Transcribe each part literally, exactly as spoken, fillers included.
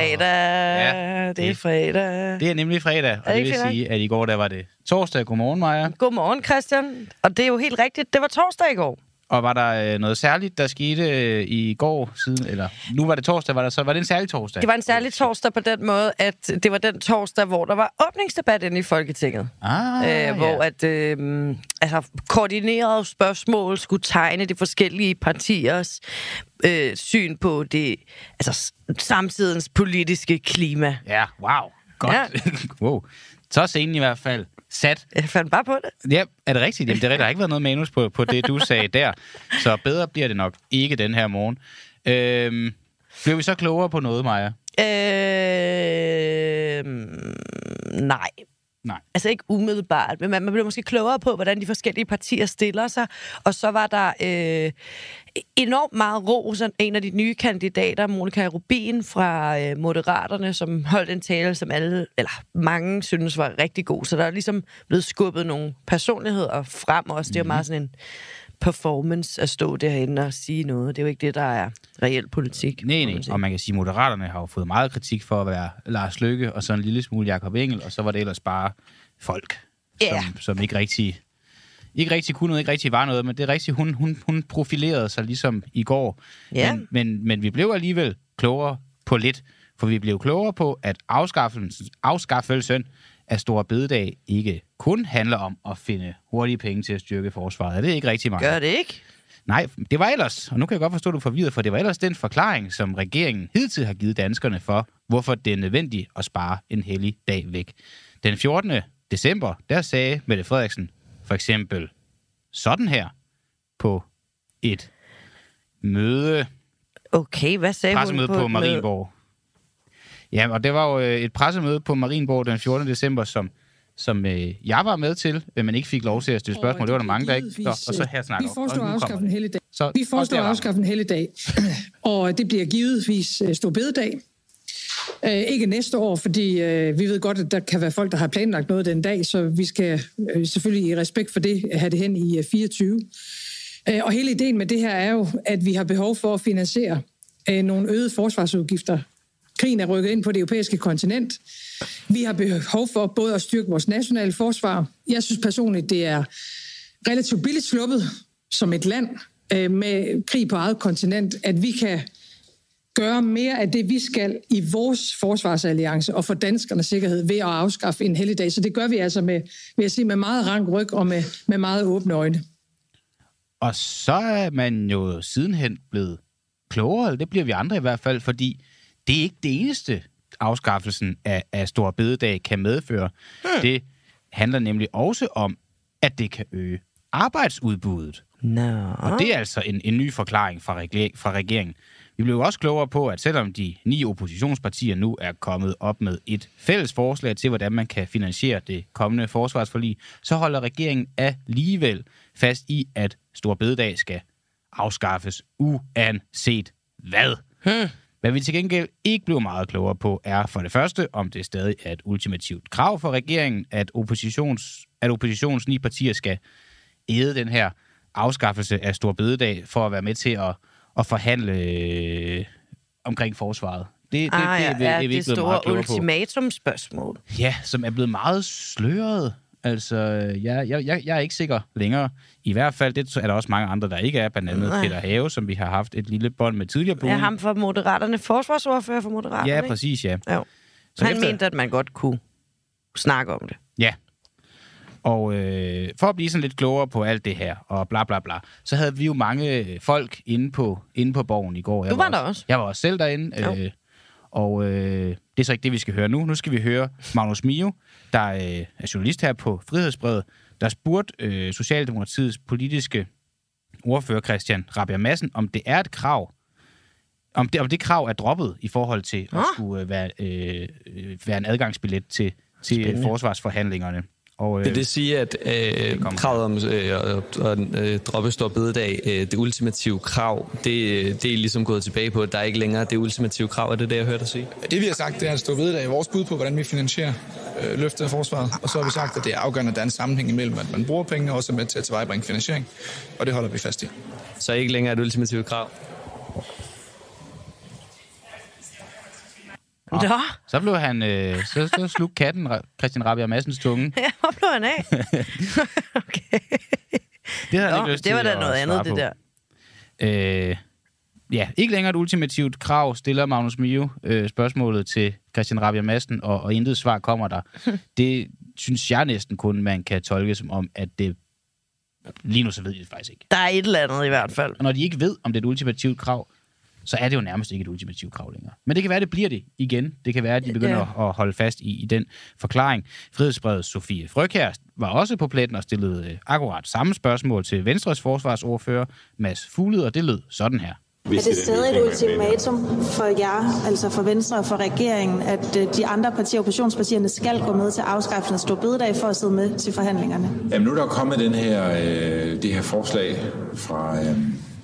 fredag. Ja, det, det er fredag. Det er nemlig fredag, og det vil sige, at i går der var det torsdag. Godmorgen, Maja. Godmorgen, Christian. Og det er jo helt rigtigt. Det var torsdag i går. Og var der øh, noget særligt, der skete øh, i går siden, eller nu var det torsdag, var, der så, var det en særlig torsdag? Det var en særlig torsdag på den måde, at det var den torsdag, hvor der var åbningsdebat inde i Folketinget. Ah, øh, hvor ja. at øh, altså, koordinerede spørgsmål skulle tegne de forskellige partiers øh, syn på det, altså samtidens politiske klima. Ja, wow. Godt. Ja. Wow. Så er scenen i hvert fald sat. Jeg fandt bare på det. Ja, er det rigtigt? Jamen, det er rigtigt. Der har ikke været noget manus på, på det, du sagde der. Så bedre bliver det nok ikke den her morgen. Øhm, blev vi så klogere på noget, Maja? Øh, nej. Nej. Altså ikke umiddelbart, men man, man blev måske klogere på, hvordan de forskellige partier stiller sig. Og så var der øh, enormt meget ros af en af de nye kandidater, Monika Rubin fra øh, Moderaterne, som holdt en tale, som alle, eller mange synes var rigtig god. Så der er ligesom blevet skubbet nogle personligheder frem også. Det er jo meget sådan en performance at stå derinde og sige noget. Det er jo ikke det, der er reel politik. Nej, nej. Og man kan sige, at Moderaterne har jo fået meget kritik for at være Lars Løkke og så en lille smule Jakob Engel, og så var det ellers bare folk, yeah. som, som ikke rigtig, ikke rigtig kunne noget, ikke rigtig var noget, men det er rigtigt, hun, hun, hun profilerede sig ligesom i går. Yeah. Men, men, men vi blev alligevel klogere på lidt, for vi blev klogere på, at afskaffelsen, afskaffelsen af Store Bededag ikke kun handler om at finde hurtige penge til at styrke forsvaret. Er det ikke rigtig meget? Gør det ikke? Nej, det var ellers, og nu kan jeg godt forstå, at du er forvirret, for det var ellers den forklaring, som regeringen hidtil har givet danskerne for, hvorfor det er nødvendigt at spare en hellig dag væk. Den fjortende december, der sagde Mette Frederiksen for eksempel sådan her på et møde. Okay, hvad sagde pressemøde hun på, på Marienborg. Ja, og det var jo et pressemøde på Marienborg den fjortende december, som som øh, jeg var med til, men ikke fik lov til at stille spørgsmål. Det var der mange, der ikke... Så, og så her snakker vi foreslår at afskaffe en helligdag. Så, vi foreslår at afskaffe en helligdag, og det bliver givetvis uh, Store Bededag. Uh, ikke næste år, fordi uh, vi ved godt, at der kan være folk, der har planlagt noget den dag, så vi skal uh, selvfølgelig i respekt for det have det hen i uh, fireogtyve. Uh, og hele ideen med det her er jo, at vi har behov for at finansiere uh, nogle øgede forsvarsudgifter. Krigen er rykket ind på det europæiske kontinent. Vi har behov for både at styrke vores nationale forsvar. Jeg synes personligt, det er relativt billigt sluppet som et land øh, med krig på eget kontinent, at vi kan gøre mere af det, vi skal i vores forsvarsalliance og for danskernes sikkerhed ved at afskaffe en helligdag. Så det gør vi altså med, vil jeg sige, med meget rank ryg og med, med meget åbne øjne. Og så er man jo sidenhen blevet klogere, det bliver vi andre i hvert fald, fordi det er ikke det eneste, afskaffelsen af, af Store Bededag kan medføre. Hmm. Det handler nemlig også om, at det kan øge arbejdsudbuddet. No. Og det er altså en, en ny forklaring fra, regler, fra regeringen. Vi blev også klogere på, at selvom de ni oppositionspartier nu er kommet op med et fælles forslag til, hvordan man kan finansiere det kommende forsvarsforlig, så holder regeringen alligevel fast i, at Store Bededag skal afskaffes uanset hvad. Hmm. Hvad vi til gengæld ikke blev meget klogere på, er for det første, om det stadig er et ultimativt krav for regeringen, at, oppositions, at oppositionens ni partier skal æde den her afskaffelse af Store Bededag for at være med til at, at forhandle øh, omkring forsvaret. Det, det, ah, ja, det, det, er, det, vi det store ultimatumspørgsmål. Ja, som er blevet meget sløret. Altså, jeg, jeg, jeg, jeg er ikke sikker længere. I hvert fald, det er der også mange andre, der ikke er. Blandt andet Peter Have, som vi har haft et lille bånd med tidligere på. Ja, ham for Moderaterne. Forsvarsordfører for Moderaterne, Ja, præcis, ja. Jo. Så han efter... mente, at man godt kunne snakke om det. Ja. Og øh, for at blive sådan lidt klogere på alt det her, og bla bla bla, så havde vi jo mange folk inde på, inde på Borgen i går. Jeg du var, var der også. også. Jeg var også selv derinde. Øh, og øh, det er så ikke det, vi skal høre nu. Nu skal vi høre Magnus Mio, der øh, er journalist her på Frihedsbrevet, der spurgte øh, Socialdemokratiets politiske ordfører Christian Rabjerg Madsen, om det er et krav, om det, om det krav er droppet i forhold til at skulle øh, være, øh, være en adgangsbillet til, til forsvarsforhandlingerne. Og, øh, Vil det sige, at øh, kravet om øh, at øh, droppe Store Bededag, øh, det ultimative krav, det, det er ligesom gået tilbage på, at der er ikke længere det ultimative krav? Er det det, jeg hørte dig sige? Det vi har sagt, det er at Store Bededag er vores bud på, hvordan vi finansierer øh, løftet af forsvaret. Og så har vi sagt, at det er afgørende, at der er en sammenhæng imellem, at man bruger pengene og også er med til at tilvejebringe finansiering. Og det holder vi fast i. Så ikke længere et ultimativt krav? Nå. Så blev han... Øh, så, så slug katten Christian Rabjerg Madsens tunge. Ja, hvor blev han af? Okay. Det, havde Nå, ikke lyst det var til da noget andet, det der. Øh, ja, ikke længere et ultimativt krav, stiller Magnus Mio øh, spørgsmålet til Christian Rabjerg Madsen, og, og intet svar kommer der. Det synes jeg næsten kun, man kan tolke som om, at det... Lige nu så ved de det faktisk ikke. Der er et eller andet i hvert fald. Og når de ikke ved, om det er et ultimativt krav, så er det jo nærmest ikke et ultimativt krav længere. Men det kan være, at det bliver det igen. Det kan være, at de begynder ja. at holde fast i, i den forklaring. Frihedsbrevet Sofie Frøkjær var også på pletten og stillede øh, akkurat samme spørgsmål til Venstres forsvarsordfører, Mads Fuglede, og det lød sådan her. Er det stadig et ultimatum for jer, altså for Venstre og for regeringen, at de andre partier, oppositionspartierne, skal gå med til afskaffelsen af store bededag for at sidde med til forhandlingerne? Jamen nu er der kommet den her, øh, det her forslag fra... Øh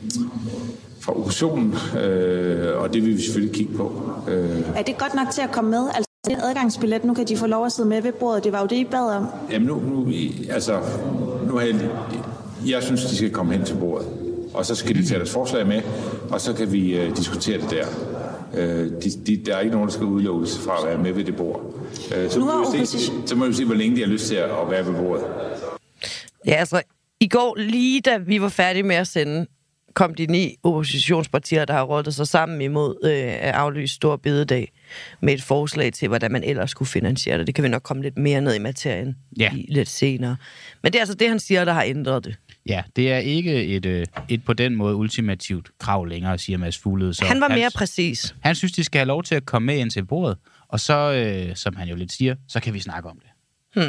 fra oppositionen, øh, og det vil vi selvfølgelig kigge på. Øh. Er det godt nok til at komme med? Altså, det er en adgangsbillet, nu kan de få lov at sidde med ved bordet. Det var jo det, I bad om. Jamen nu, nu altså, nu har jeg, jeg synes, de skal komme hen til bordet, og så skal de tage deres forslag med, og så kan vi øh, diskutere det der. Øh, de, de, der er ikke nogen, der skal udelukkes fra at være med ved det bord. Øh, så, må vi se, så må vi se, hvor længe de har lyst til at være ved bordet. Ja, altså, i går, lige da vi var færdige med at sende, kom de ni oppositionspartier, der har rådet sig sammen imod øh, at aflyse Store Bededag med et forslag til, hvordan man ellers skulle finansiere det. Det kan vi nok komme lidt mere ned i materien ja. i, lidt senere. Men det er altså det, han siger, der har ændret det. Ja, det er ikke et, øh, et på den måde ultimativt krav længere, siger Mads Fuglede. Så han var mere han, præcis. Han synes, de skal have lov til at komme med ind til bordet, og så, øh, som han jo lidt siger, så kan vi snakke om det. Hmm.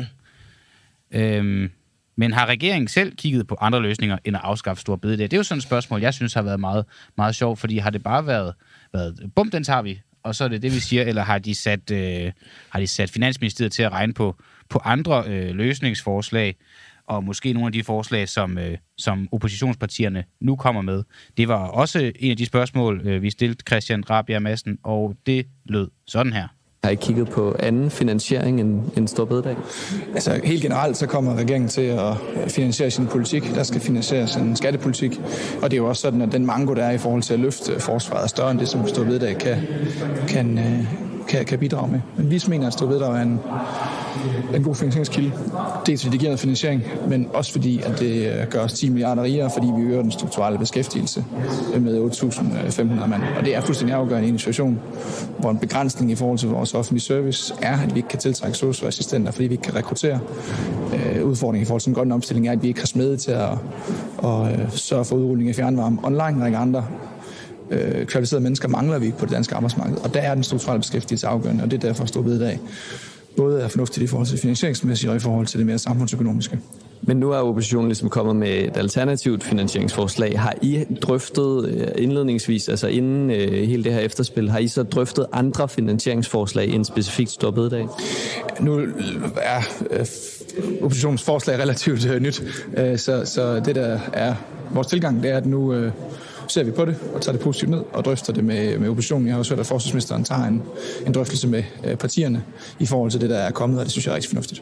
Øhm, Men har regeringen selv kigget på andre løsninger end at afskaffe Store Bededag? Det er jo sådan et spørgsmål, jeg synes har været meget, meget sjovt, fordi har det bare været, været bum, den tager vi, og så er det det, vi siger, eller har de sat, øh, har de sat Finansministeriet til at regne på, på andre øh, løsningsforslag, og måske nogle af de forslag, som, øh, som oppositionspartierne nu kommer med. Det var også en af de spørgsmål, øh, vi stillede Christian Rabjerg Madsen, og det lød sådan her. Har I kigget på anden finansiering end, end Store Bededag? Altså helt generelt så kommer regeringen til at finansiere sin politik. Der skal finansieres en skattepolitik. Og det er jo også sådan, at den manko, der er i forhold til at løfte forsvaret, er større end det, som Store Bededag kan, kan, kan, kan bidrage med. Men vi mener, at Store Bededag er en, en god finansieringskilde. Dels fordi det giver noget finansiering, men også fordi, at det gør os ti milliarder rigere, fordi vi øger den strukturelle beskæftigelse med otte tusind fem hundrede mand. Og det er fuldstændig afgørende i en situation, hvor en begrænsning i forhold til vores offentlige service er, at vi ikke kan tiltrække sosu-assistenter, fordi vi ikke kan rekruttere. Øh, udfordringen i forhold til en grøn omstilling er, at vi ikke har smedet til at, at, at sørge for udrulling af fjernvarme online. En række andre øh, kvalificerede mennesker mangler vi på det danske arbejdsmarked, og der er den strukturelle beskæftigelse afgørende, og det er derfor Store Bededag både er fornuftigt i forhold til finansieringsmæssigt og i forhold til det mere samfundsøkonomiske. Men nu er oppositionen ligesom kommet med et alternativt finansieringsforslag. Har I drøftet indledningsvis, altså inden øh, hele det her efterspil, har I så drøftet andre finansieringsforslag end specifikt Store Bededag? Nu er øh, oppositionens forslag relativt øh, nyt, øh, så, så det der er vores tilgang, det er, at nu øh, ser vi på det og tager det positivt ned og drøfter det med, med oppositionen. Jeg har også hørt, at forsvarsministeren tager en, en drøftelse med øh, partierne i forhold til det, der er kommet, og det synes jeg er rigtig fornuftigt.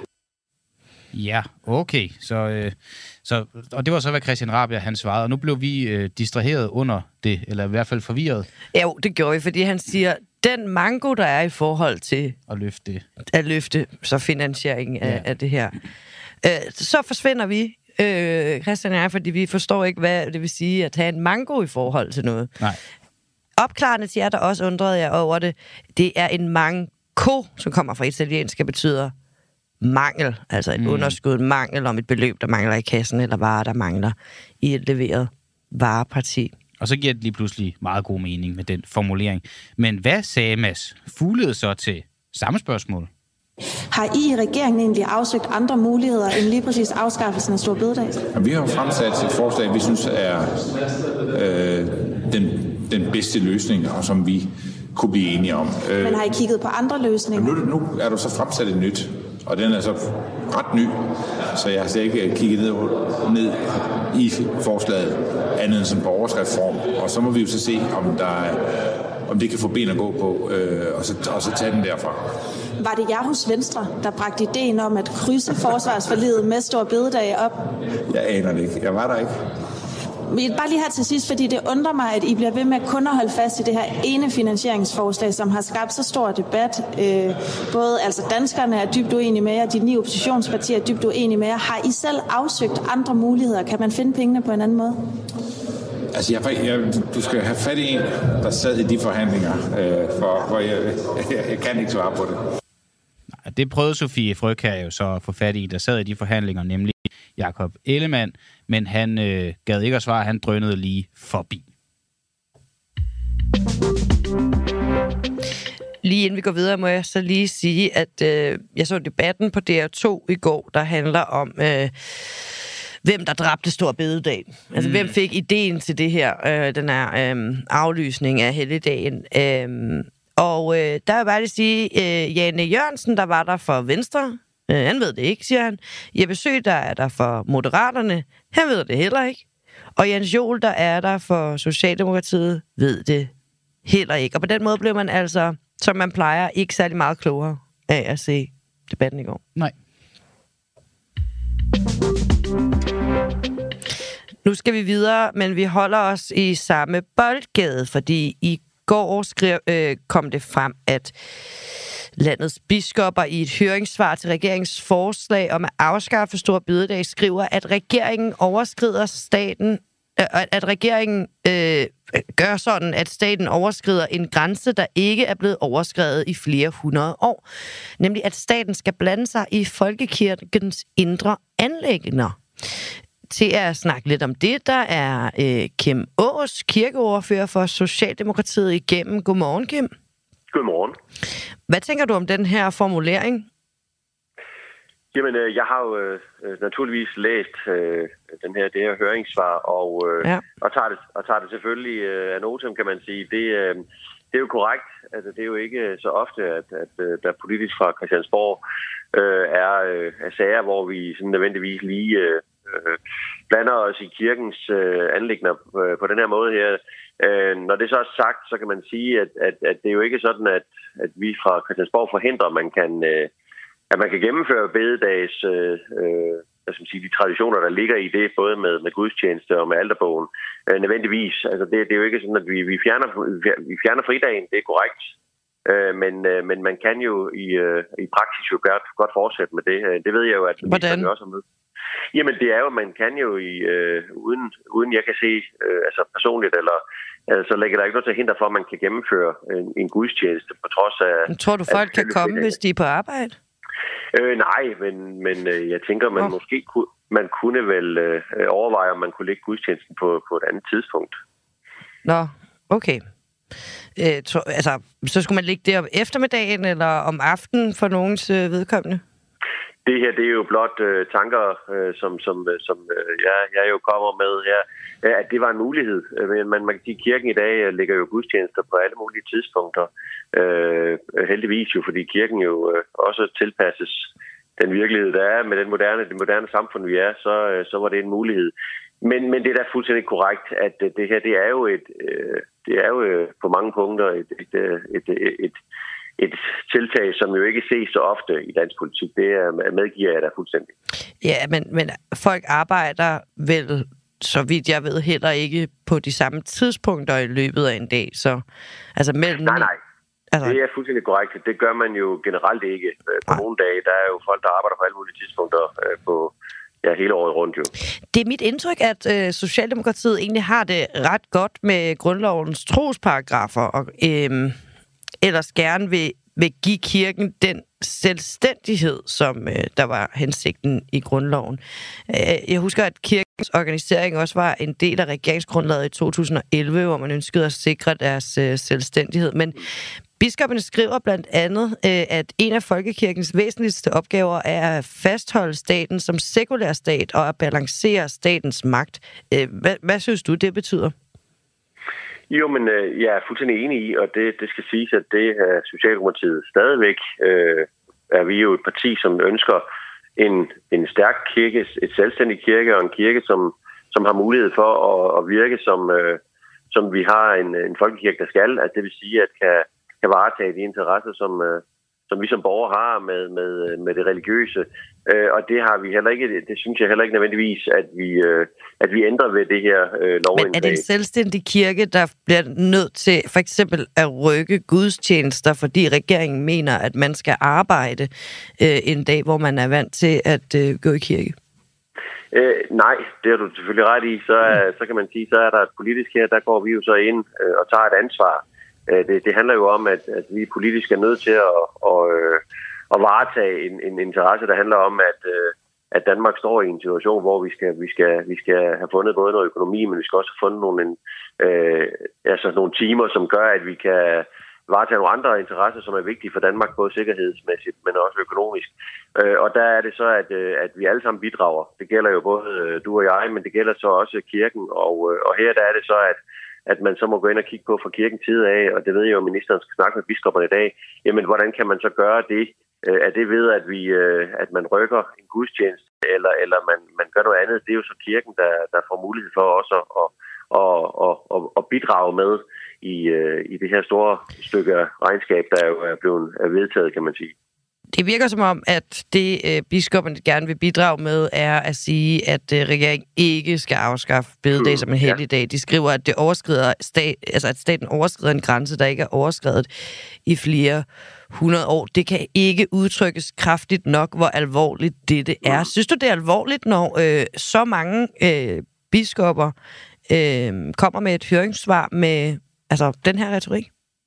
Ja, okay. Så, øh, så, og det var så, hvad Christian Rabjerg han svarede. Og nu blev vi øh, distraheret under det, eller i hvert fald forvirret. Jo, det gjorde vi, fordi han siger, den manko, der er i forhold til at løfte, at løfte så finansieringen af, ja. af det her, øh, så forsvinder vi, øh, Christian og jeg, fordi vi forstår ikke, hvad det vil sige at have en manko i forhold til noget. Nej. Opklarende til jer, der også undrede jer over det, det er en manko, som kommer fra italiensk, og betyder mangel, altså et mm. underskud, mangel om et beløb, der mangler i kassen, eller varer, der mangler i et leveret vareparti. Og så giver det lige pludselig meget god mening med den formulering. Men hvad sagde Mads Fuglede så til samme spørgsmål? Har I i regeringen egentlig afsøgt andre muligheder end lige præcis afskaffelsen af Store Bededag? Vi har fremsat et forslag, vi synes er øh, den, den bedste løsning, og som vi kunne blive enige om. Men har I kigget på andre løsninger? Nu, nu er du så fremsat et nyt, og den er så ret ny, så jeg har slet ikke kigget ned, ned i forslaget andet end som borgerskabsform. Og så må vi jo så se, om, der er, om det kan få ben at gå på, øh, og, så, og så tage den derfra. Var det jer hos Venstre, der bragte ideen om at krydse forsvarsforliget med Store Bededag op? Jeg aner det ikke. Jeg var der ikke. bare lige her til sidst, fordi det undrer mig, at I bliver ved med kun at holde fast i det her ene finansieringsforslag, som har skabt så stor debat. Øh, både altså danskerne er dybt uenige med jer, de ni oppositionspartier er dybt uenige med jer. Har I selv afsøgt andre muligheder? Kan man finde pengene på en anden måde? Altså, jeg, jeg, du skal have fat i en, der sad i de forhandlinger, øh, for, hvor jeg, jeg, jeg kan ikke svare på det. Det prøvede Sofie Frøkjær jo så at få fat i, der sad i de forhandlinger, nemlig Jakob Ellemann, men han øh, gad ikke at svare, han drønede lige forbi. Lige inden vi går videre, må jeg så lige sige, at øh, jeg så debatten på D R to i går, der handler om, øh, hvem der dræbte Store Bededag. Altså, mm. hvem fik ideen til det her, øh, den her øh, aflysning af helligdagen. Øh, og øh, der vil jeg bare lige sige, øh, Janne Jørgensen, der var der for Venstre, øh, han ved det ikke, siger han. Jeppe Søe, der er der for Moderaterne, han ved det heller ikke. Og Jens Joel, der er der for Socialdemokratiet, ved det heller ikke. Og på den måde blev man altså, som man plejer, ikke særlig meget klogere af at se debatten i går. Nej. Nu skal vi videre, men vi holder os i samme boldgade, fordi i går skrev, øh, kom det frem, at landets biskopper i et høringssvar til regeringens forslag om at afskaffe Store Bededag skriver, at regeringen overskrider staten, øh, at regeringen øh, gør sådan, at staten overskrider en grænse, der ikke er blevet overskredet i flere hundrede år. Nemlig, at staten skal blande sig i folkekirkens indre anliggender. Til at snakke lidt om det, der er øh, Kim Aas, kirkeordfører for Socialdemokratiet igennem. Godmorgen, Kim. Godmorgen. Hvad tænker du om den her formulering? Jamen, øh, jeg har jo øh, naturligvis læst øh, den her, det her høringssvar, og, øh, ja. og, tager det, og tager det selvfølgelig øh, af notem, kan man sige. Det, øh, det er jo korrekt. Altså, det er jo ikke så ofte, at, at øh, der politisk fra Christiansborg øh, er, øh, er sager, hvor vi sådan nødvendigvis lige øh, øh, blander os i kirkens øh, anliggender øh, på den her måde her. Øh, når det så er sagt, så kan man sige, at, at, at det er jo ikke sådan, at, at vi fra Christiansborg forhindrer, at man kan, øh, at man kan gennemføre bededags, øh, øh, hvad skal man sige, de traditioner, der ligger i det, både med, med gudstjeneste og med alterbogen, øh, nødvendigvis. Altså det, det er jo ikke sådan, at vi, vi, fjerner, vi fjerner fridagen, det er korrekt. Øh, men, øh, men man kan jo i, øh, i praksis jo godt, godt fortsætte med det. Det ved jeg jo, at ministeren også har med. Jamen det er jo, man kan jo i, øh, uden, uden jeg kan se, øh, altså personligt, eller altså, så lægger der ikke noget til hinder for, at man kan gennemføre en, en gudstjeneste på trods af... Men tror du, folk kan komme, hvis de er på arbejde? Øh, nej, men, men øh, jeg tænker, man oh. måske kunne, man kunne vel øh, overveje, om man kunne lægge gudstjenesten på, på et andet tidspunkt. Nå, okay. Øh, to, altså, så skulle man lægge det om eftermiddagen eller om aftenen for nogens øh, vedkommende? Det her, det er jo blot øh, tanker, øh, som, som, som øh, jeg, jeg jo kommer med her, ja, at det var en mulighed. Men man, man kan sige, at kirken i dag lægger jo gudstjenester på alle mulige tidspunkter. Øh, heldigvis jo, fordi kirken jo øh, også tilpasses den virkelighed, der er med den moderne, det moderne samfund, vi er, så, øh, så var det en mulighed. Men, men det er da fuldstændig korrekt, at det her, det er jo et, øh, det er jo øh, på mange punkter et, et, et, et, et et tiltag, som jo ikke ses så ofte i dansk politik. Det medgiver jeg da fuldstændig. Ja, men, men folk arbejder vel, så vidt jeg ved, heller ikke på de samme tidspunkter i løbet af en dag. Så, altså mellem... Nej, nej. Altså... Det er fuldstændig korrekt. Det gør man jo generelt ikke. På nej. Nogle dage, der er jo folk, der arbejder på alle mulige tidspunkter på ja, hele året rundt jo. Det er mit indtryk, at øh, Socialdemokratiet egentlig har det ret godt med grundlovens trosparagrafer, og øh, ellers gerne vil, vil give kirken den selvstændighed, som øh, der var hensigten i grundloven. Øh, jeg husker, at kirkens organisering også var en del af regeringsgrundlaget i to tusind og elleve, hvor man ønskede at sikre deres øh, selvstændighed. Men biskopperne skriver blandt andet, øh, at en af folkekirkens væsentligste opgaver er at fastholde staten som sekulær stat og at balancere statens magt. Øh, hvad, hvad synes du, det betyder? Jo, men øh, jeg er fuldstændig enig i, og det, det skal siges, at det er Socialdemokratiet stadigvæk. Øh, er vi jo et parti, som ønsker en, en stærk kirke, et selvstændigt kirke og en kirke, som, som har mulighed for at, at virke, som, øh, som vi har en, en folkekirke, der skal. At det vil sige, at kan, kan varetage de interesser, som, øh, som vi som borgere har med, med, med det religiøse. Øh, og det har vi heller ikke, det synes jeg heller ikke nødvendigvis, at vi, øh, at vi ændrer ved det her øh, lovindgreb. Men er det en selvstændig kirke, der bliver nødt til for eksempel at rykke gudstjenester, fordi regeringen mener, at man skal arbejde øh, en dag, hvor man er vant til at øh, gå i kirke? Øh, nej, det har du selvfølgelig ret i. Så, mm. så kan man sige, så er der et politisk her, der går vi jo så ind øh, og tager et ansvar. Øh, det, det handler jo om, at, at vi politisk er nødt til at, og, øh, at varetage en, en interesse, der handler om, at, øh, at Danmark står i en situation, hvor vi skal, vi, skal, vi skal have fundet både noget økonomi, men vi skal også have fundet nogle, øh, altså nogle timer, som gør, at vi kan varetage nogle andre interesser, som er vigtige for Danmark, både sikkerhedsmæssigt, men også økonomisk. Øh, og der er det så, at, øh, at vi alle sammen bidrager. Det gælder jo både øh, du og jeg, men det gælder så også kirken. Og, øh, og her der er det så, at, at man så må gå ind og kigge på fra kirkens side af, og det ved jeg jo, at ministeren skal snakke med biskopperne i dag. Jamen, hvordan kan man så gøre det? Øh, er det ved, at, vi, øh, at man rykker en gudstjeneste, eller, eller man, man gør noget andet? Det er jo så kirken, der, der får mulighed for også at, at, at, at, at bidrage med i, i det her store stykke regnskab, der jo er blevet vedtaget, kan man sige. Det virker som om, at det øh, biskopperne gerne vil bidrage med, er at sige, at øh, regeringen ikke skal afskaffe bededag som en helligdag. Ja. De skriver, at det overskrider stat, altså at staten overskrider en grænse, der ikke er overskredet i flere hundrede år. Det kan ikke udtrykkes kraftigt nok, hvor alvorligt dette er. Mm. Synes du, det er alvorligt, når øh, så mange øh, biskopper øh, kommer med et høringssvar med altså den her retorik?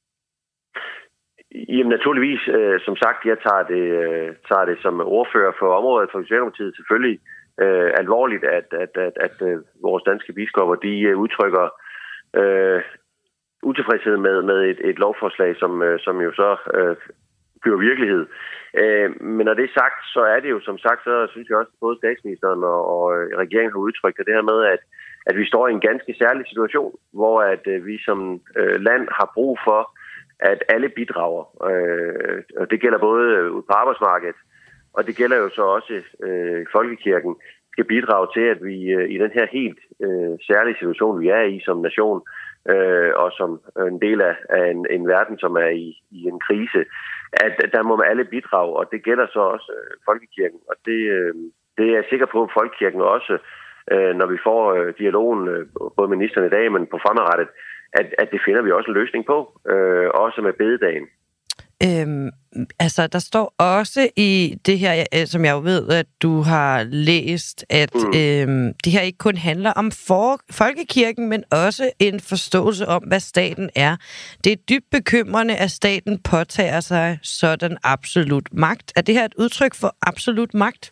Jamen naturligvis, øh, som sagt, jeg tager det, øh, tager det som ordfører for området for Socialdemokratiet selvfølgelig øh, alvorligt, at, at, at, at øh, vores danske biskopper, de øh, udtrykker øh, utilfredshed med, med et, et lovforslag, som, øh, som jo så øh, bliver virkelighed. Øh, men når det er sagt, så er det jo som sagt, så synes jeg også, at både statsministeren og, og regeringen har udtrykt det her med, at, at vi står i en ganske særlig situation, hvor at øh, vi som øh, land har brug for, at alle bidrager. Øh, og det gælder både ude på arbejdsmarkedet, og det gælder jo så også øh, folkekirken, skal bidrage til, at vi øh, i den her helt øh, særlige situation, vi er i som nation, øh, og som en del af, af en, en verden, som er i, i en krise, at der må man alle bidrage, og det gælder så også øh, folkekirken. Og det, øh, det er jeg sikker på, at folkekirken også, øh, når vi får øh, dialogen, øh, både ministeren i dag, men på fremadrettet, At, at det finder vi også en løsning på, øh, også med bededagen. Øhm, altså, der står også i det her, som jeg jo ved, at du har læst, at mm. øhm, det her ikke kun handler om for, folkekirken, men også en forståelse om, hvad staten er. Det er dybt bekymrende, at staten påtager sig sådan absolut magt. Er det her et udtryk for absolut magt?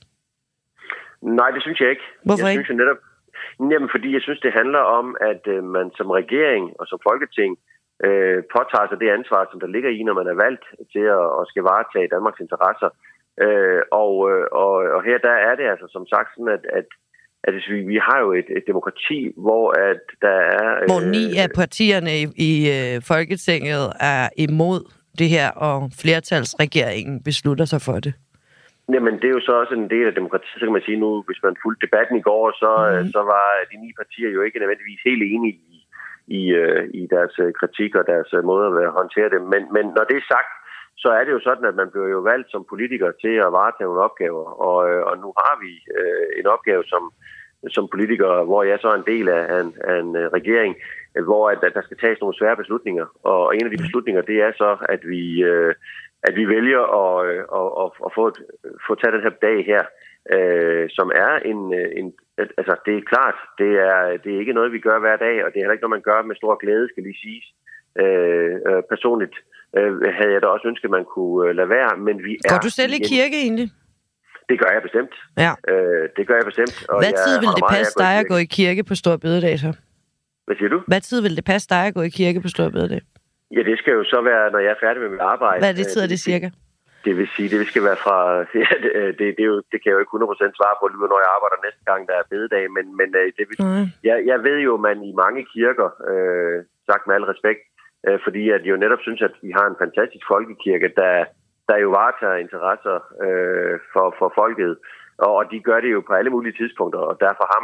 Nej, det synes jeg ikke. Hvorfor jeg ikke? Synes, jeg netop Jamen, fordi jeg synes, det handler om, at øh, man som regering og som folketing øh, påtager sig det ansvar, som der ligger i, når man er valgt til at, at skal varetage Danmarks interesser. Øh, og, øh, og, og her der er det altså som sagt sådan, at, at, at vi, vi har jo et, et demokrati, hvor at der er... Øh, hvor ni af partierne i, i øh, Folketinget er imod det her, og flertalsregeringen beslutter sig for det. Jamen, det er jo så også en del af demokratiet, så kan man sige nu, hvis man fulgte debatten i går, så, mm. så var de ni partier jo ikke nødvendigvis helt enige i, i, i deres kritik og deres måde at håndtere det. Men, men når det er sagt, så er det jo sådan, at man bliver jo valgt som politiker til at varetage nogle opgaver. Og, og nu har vi øh, en opgave som, som politikere, hvor jeg så er en del af en, af en regering, hvor at, at der skal tages nogle svære beslutninger. Og en af de beslutninger, det er så, at vi... Øh, at vi vælger at, at, at, at få, et, få taget den her dag her, øh, som er en, en... Altså, det er klart, det er, det er ikke noget, vi gør hver dag, og det er heller ikke noget, man gør med stor glæde, skal lige siges. Øh, øh, personligt øh, havde jeg da også ønsket, at man kunne lade være, men vi er... Går du selv i kirke egentlig? Det gør jeg bestemt. Ja. Øh, det gør jeg bestemt. Og Hvad tid vil det passe dig at gå i kirke på Store Bededag så? Hvad siger du? Hvad tid vil det passe dig at gå i kirke på Store Bededag? Ja, det skal jo så være, når jeg er færdig med mit arbejde. Hvad er det tid, det cirka? Det vil sige, det skal være fra... Ja, det, det, det, er jo, det kan jeg jo ikke hundrede procent svare på, når jeg arbejder næste gang, der er bededag. Men, men det vil, mm. jeg, jeg ved jo, at man i mange kirker, øh, sagt med al respekt, øh, fordi at jeg jo netop synes, at vi har en fantastisk folkekirke, der, der jo varetager interesser øh, for, for folket. Og, og de gør det jo på alle mulige tidspunkter, og derfor har man jo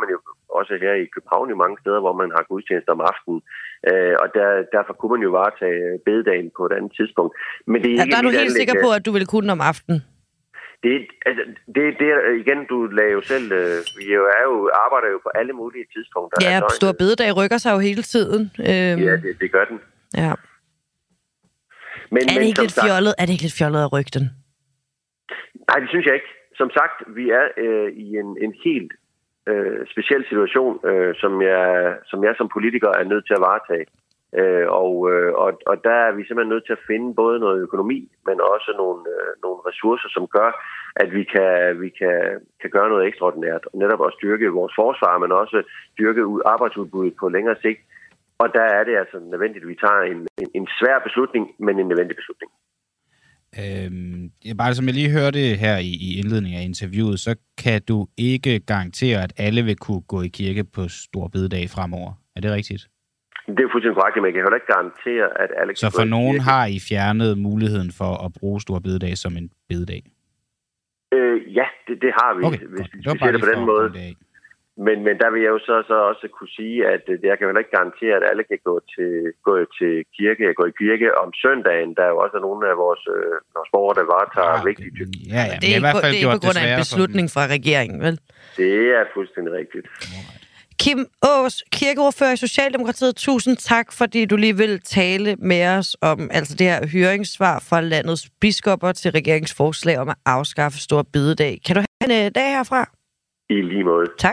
også her i København i mange steder, hvor man har gudstjenester om aftenen. Øh, og der, derfor kunne man jo varetage bededagen på et andet tidspunkt. Men det er ja, ikke der er du helt sikker på, at du vil kunne om aftenen? Det, altså, det, det igen, du lader jo selv, øh, vi jo er jo, arbejder jo på alle mulige tidspunkter. Ja, Store Bededag rykker sig jo hele tiden. Øhm, ja, det, det gør den. Ja. Men, er, det men, ikke lidt fjollet, er det ikke lidt fjollet at rykke den? Nej, det synes jeg ikke. Som sagt, vi er øh, i en, en helt øh, speciel situation, øh, som, jeg, som jeg som politiker er nødt til at varetage. Øh, og, øh, og, og der er vi simpelthen nødt til at finde både noget økonomi, men også nogle, øh, nogle ressourcer, som gør, at vi kan, vi kan, kan gøre noget ekstraordinært. Og netop også styrke vores forsvar, men også styrke arbejdsudbuddet på længere sigt. Og der er det altså nødvendigt, at vi tager en, en, en svær beslutning, men en nødvendig beslutning. Øhm, bare som jeg lige hørte her i, i indledningen af interviewet, så kan du ikke garantere, at alle vil kunne gå i kirke på Store Bededag fremover. Er det rigtigt? Det er fuldstændig korrekt, men jeg kan heller ikke garantere, at alle kan Så for nogen har I fjernet muligheden for at bruge Store Bededag som en bededag? Øh, ja, det, det har vi, okay, hvis vi ser det på den måde. Men, men der vil jeg jo så, så også kunne sige, at jeg kan jo ikke garantere, at alle kan gå til, gå til kirke, gå i kirke om søndagen. Der er jo også nogle af vores, øh, vores borgere, der varetager ja, vigtigt. Ja, ja, det er ikke, på, det er ikke på grund af en beslutning fra regeringen, vel? Det er fuldstændig rigtigt. Kim Aas, kirkeordfører i Socialdemokratiet, tusind tak, fordi du lige vil tale med os om altså det her høringssvar fra landets biskopper til regeringsforslag om at afskaffe Store Bededag. Kan du have en uh, dag herfra? I lige måde. Tak.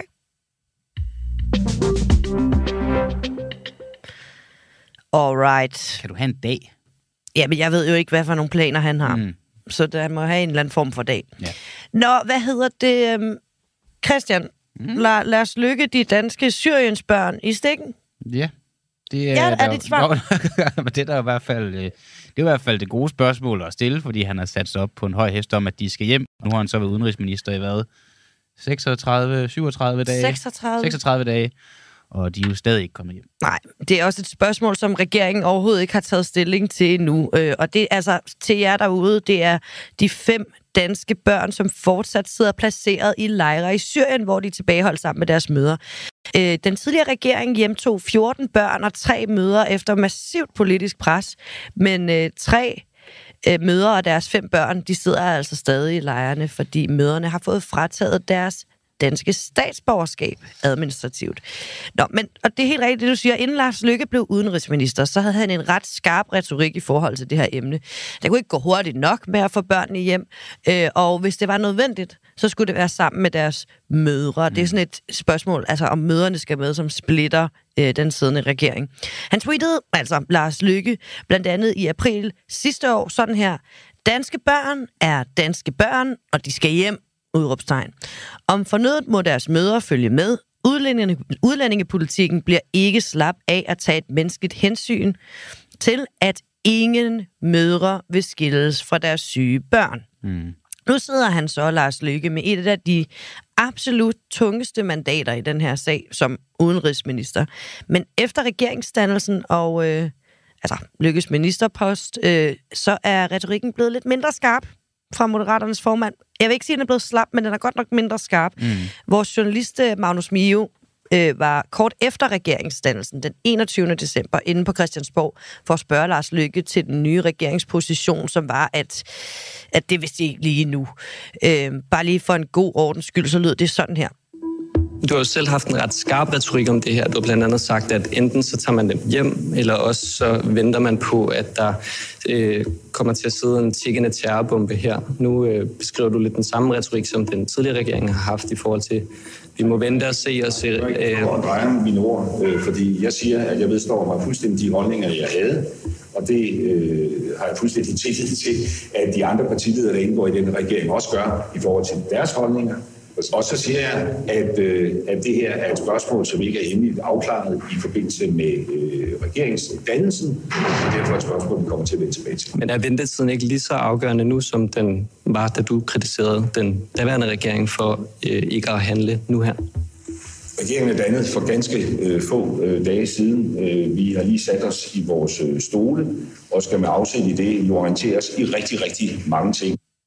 Alright. Kan du have en dag? Ja, men jeg ved jo ikke, hvad for nogle planer han har. Mm. Så der må have en eller anden form for dag. Ja. Nå, hvad hedder det? Um, Christian, mm. lad, lad os lykke de danske Syriens børn i stikken. Ja. Det er, ja, er der, dit svar? Men det er der i hvert fald, det er i hvert fald det gode spørgsmål at stille, fordi han har sat sig op på en høj hest om, at de skal hjem. Nu har han så været udenrigsminister i hvad? seksogtredive, syvogtredive dage? seksogtredive. seksogtredive dage. Og de er jo stadig ikke kommet hjem. Nej, det er også et spørgsmål, som regeringen overhovedet ikke har taget stilling til endnu. Og det altså til jer derude, det er de fem danske børn, som fortsat sidder placeret i lejre i Syrien, hvor de er tilbageholdt sammen med deres mødre. Den tidligere regering hjemtog fjorten børn og tre mødre efter massivt politisk pres, men tre mødre og deres fem børn, de sidder altså stadig i lejrene, fordi mødrene har fået frataget deres danske statsborgerskab administrativt. Nå, men, og det er helt rigtigt, det du siger. Inden Lars Løkke blev udenrigsminister, så havde han en ret skarp retorik i forhold til det her emne. Det kunne ikke gå hurtigt nok med at få børnene hjem, øh, og hvis det var nødvendigt, så skulle det være sammen med deres mødre. Mm. Det er sådan et spørgsmål, altså om mødrene skal med, som splitter øh, den siddende regering. Han tweetede, altså Lars Løkke, blandt andet i april sidste år, sådan her: danske børn er danske børn, og de skal hjem. Udråbstegn. Om fornødet må deres mødre følge med. Udlændinge, udlændingepolitikken bliver ikke slap af at tage et menneskeligt hensyn til, at ingen mødre vil skilles fra deres syge børn. Mm. Nu sidder han så, Lars Løkke, med et af de absolut tungeste mandater i den her sag som udenrigsminister. Men efter regeringsdannelsen og øh, altså Løkkes ministerpost, øh, så er retorikken blevet lidt mindre skarp fra Moderaternes formand. Jeg vil ikke sige, at den er blevet slap, men den er godt nok mindre skarp. Mm. Vores journalist Magnus Mio øh, var kort efter regeringsdannelsen den enogtyvende december inde på Christiansborg for at spørge Lars Løkke til den nye regeringsposition, som var, at, at det vidste ikke lige nu. Øh, bare lige for en god ordens skyld, så lød det sådan her. Du har jo selv haft en ret skarp retorik om det her. Du har blandt andet sagt, at enten så tager man dem hjem, eller også så venter man på, at der øh, kommer til at sidde en tikkende terrorbombe her. Nu øh, beskriver du lidt den samme retorik, som den tidligere regering har haft i forhold til, vi må vente og se og se. Øh... Jeg kan dreje mine ord, øh, fordi jeg siger, at jeg vedstår mig fuldstændig de holdninger, jeg havde. Og det øh, har jeg fuldstændig tillid til, at de andre partiledere, der indgår i den regering, også gør i forhold til deres holdninger. Og så siger jeg, at, øh, at det her er et spørgsmål, som ikke er endeligt afklaret i forbindelse med øh, regeringsdannelsen. Og derfor er et spørgsmål, vi kommer til at vende tilbage til. Men er ventetiden ikke lige så afgørende nu, som den var, da du kritiserede den daværende regering for øh, ikke at handle nu her? Regeringen er dannet for ganske øh, få øh, dage siden. Øh, vi har lige sat os i vores øh, stole, og skal med afsæt i det jo orientere os i rigtig, rigtig mange ting.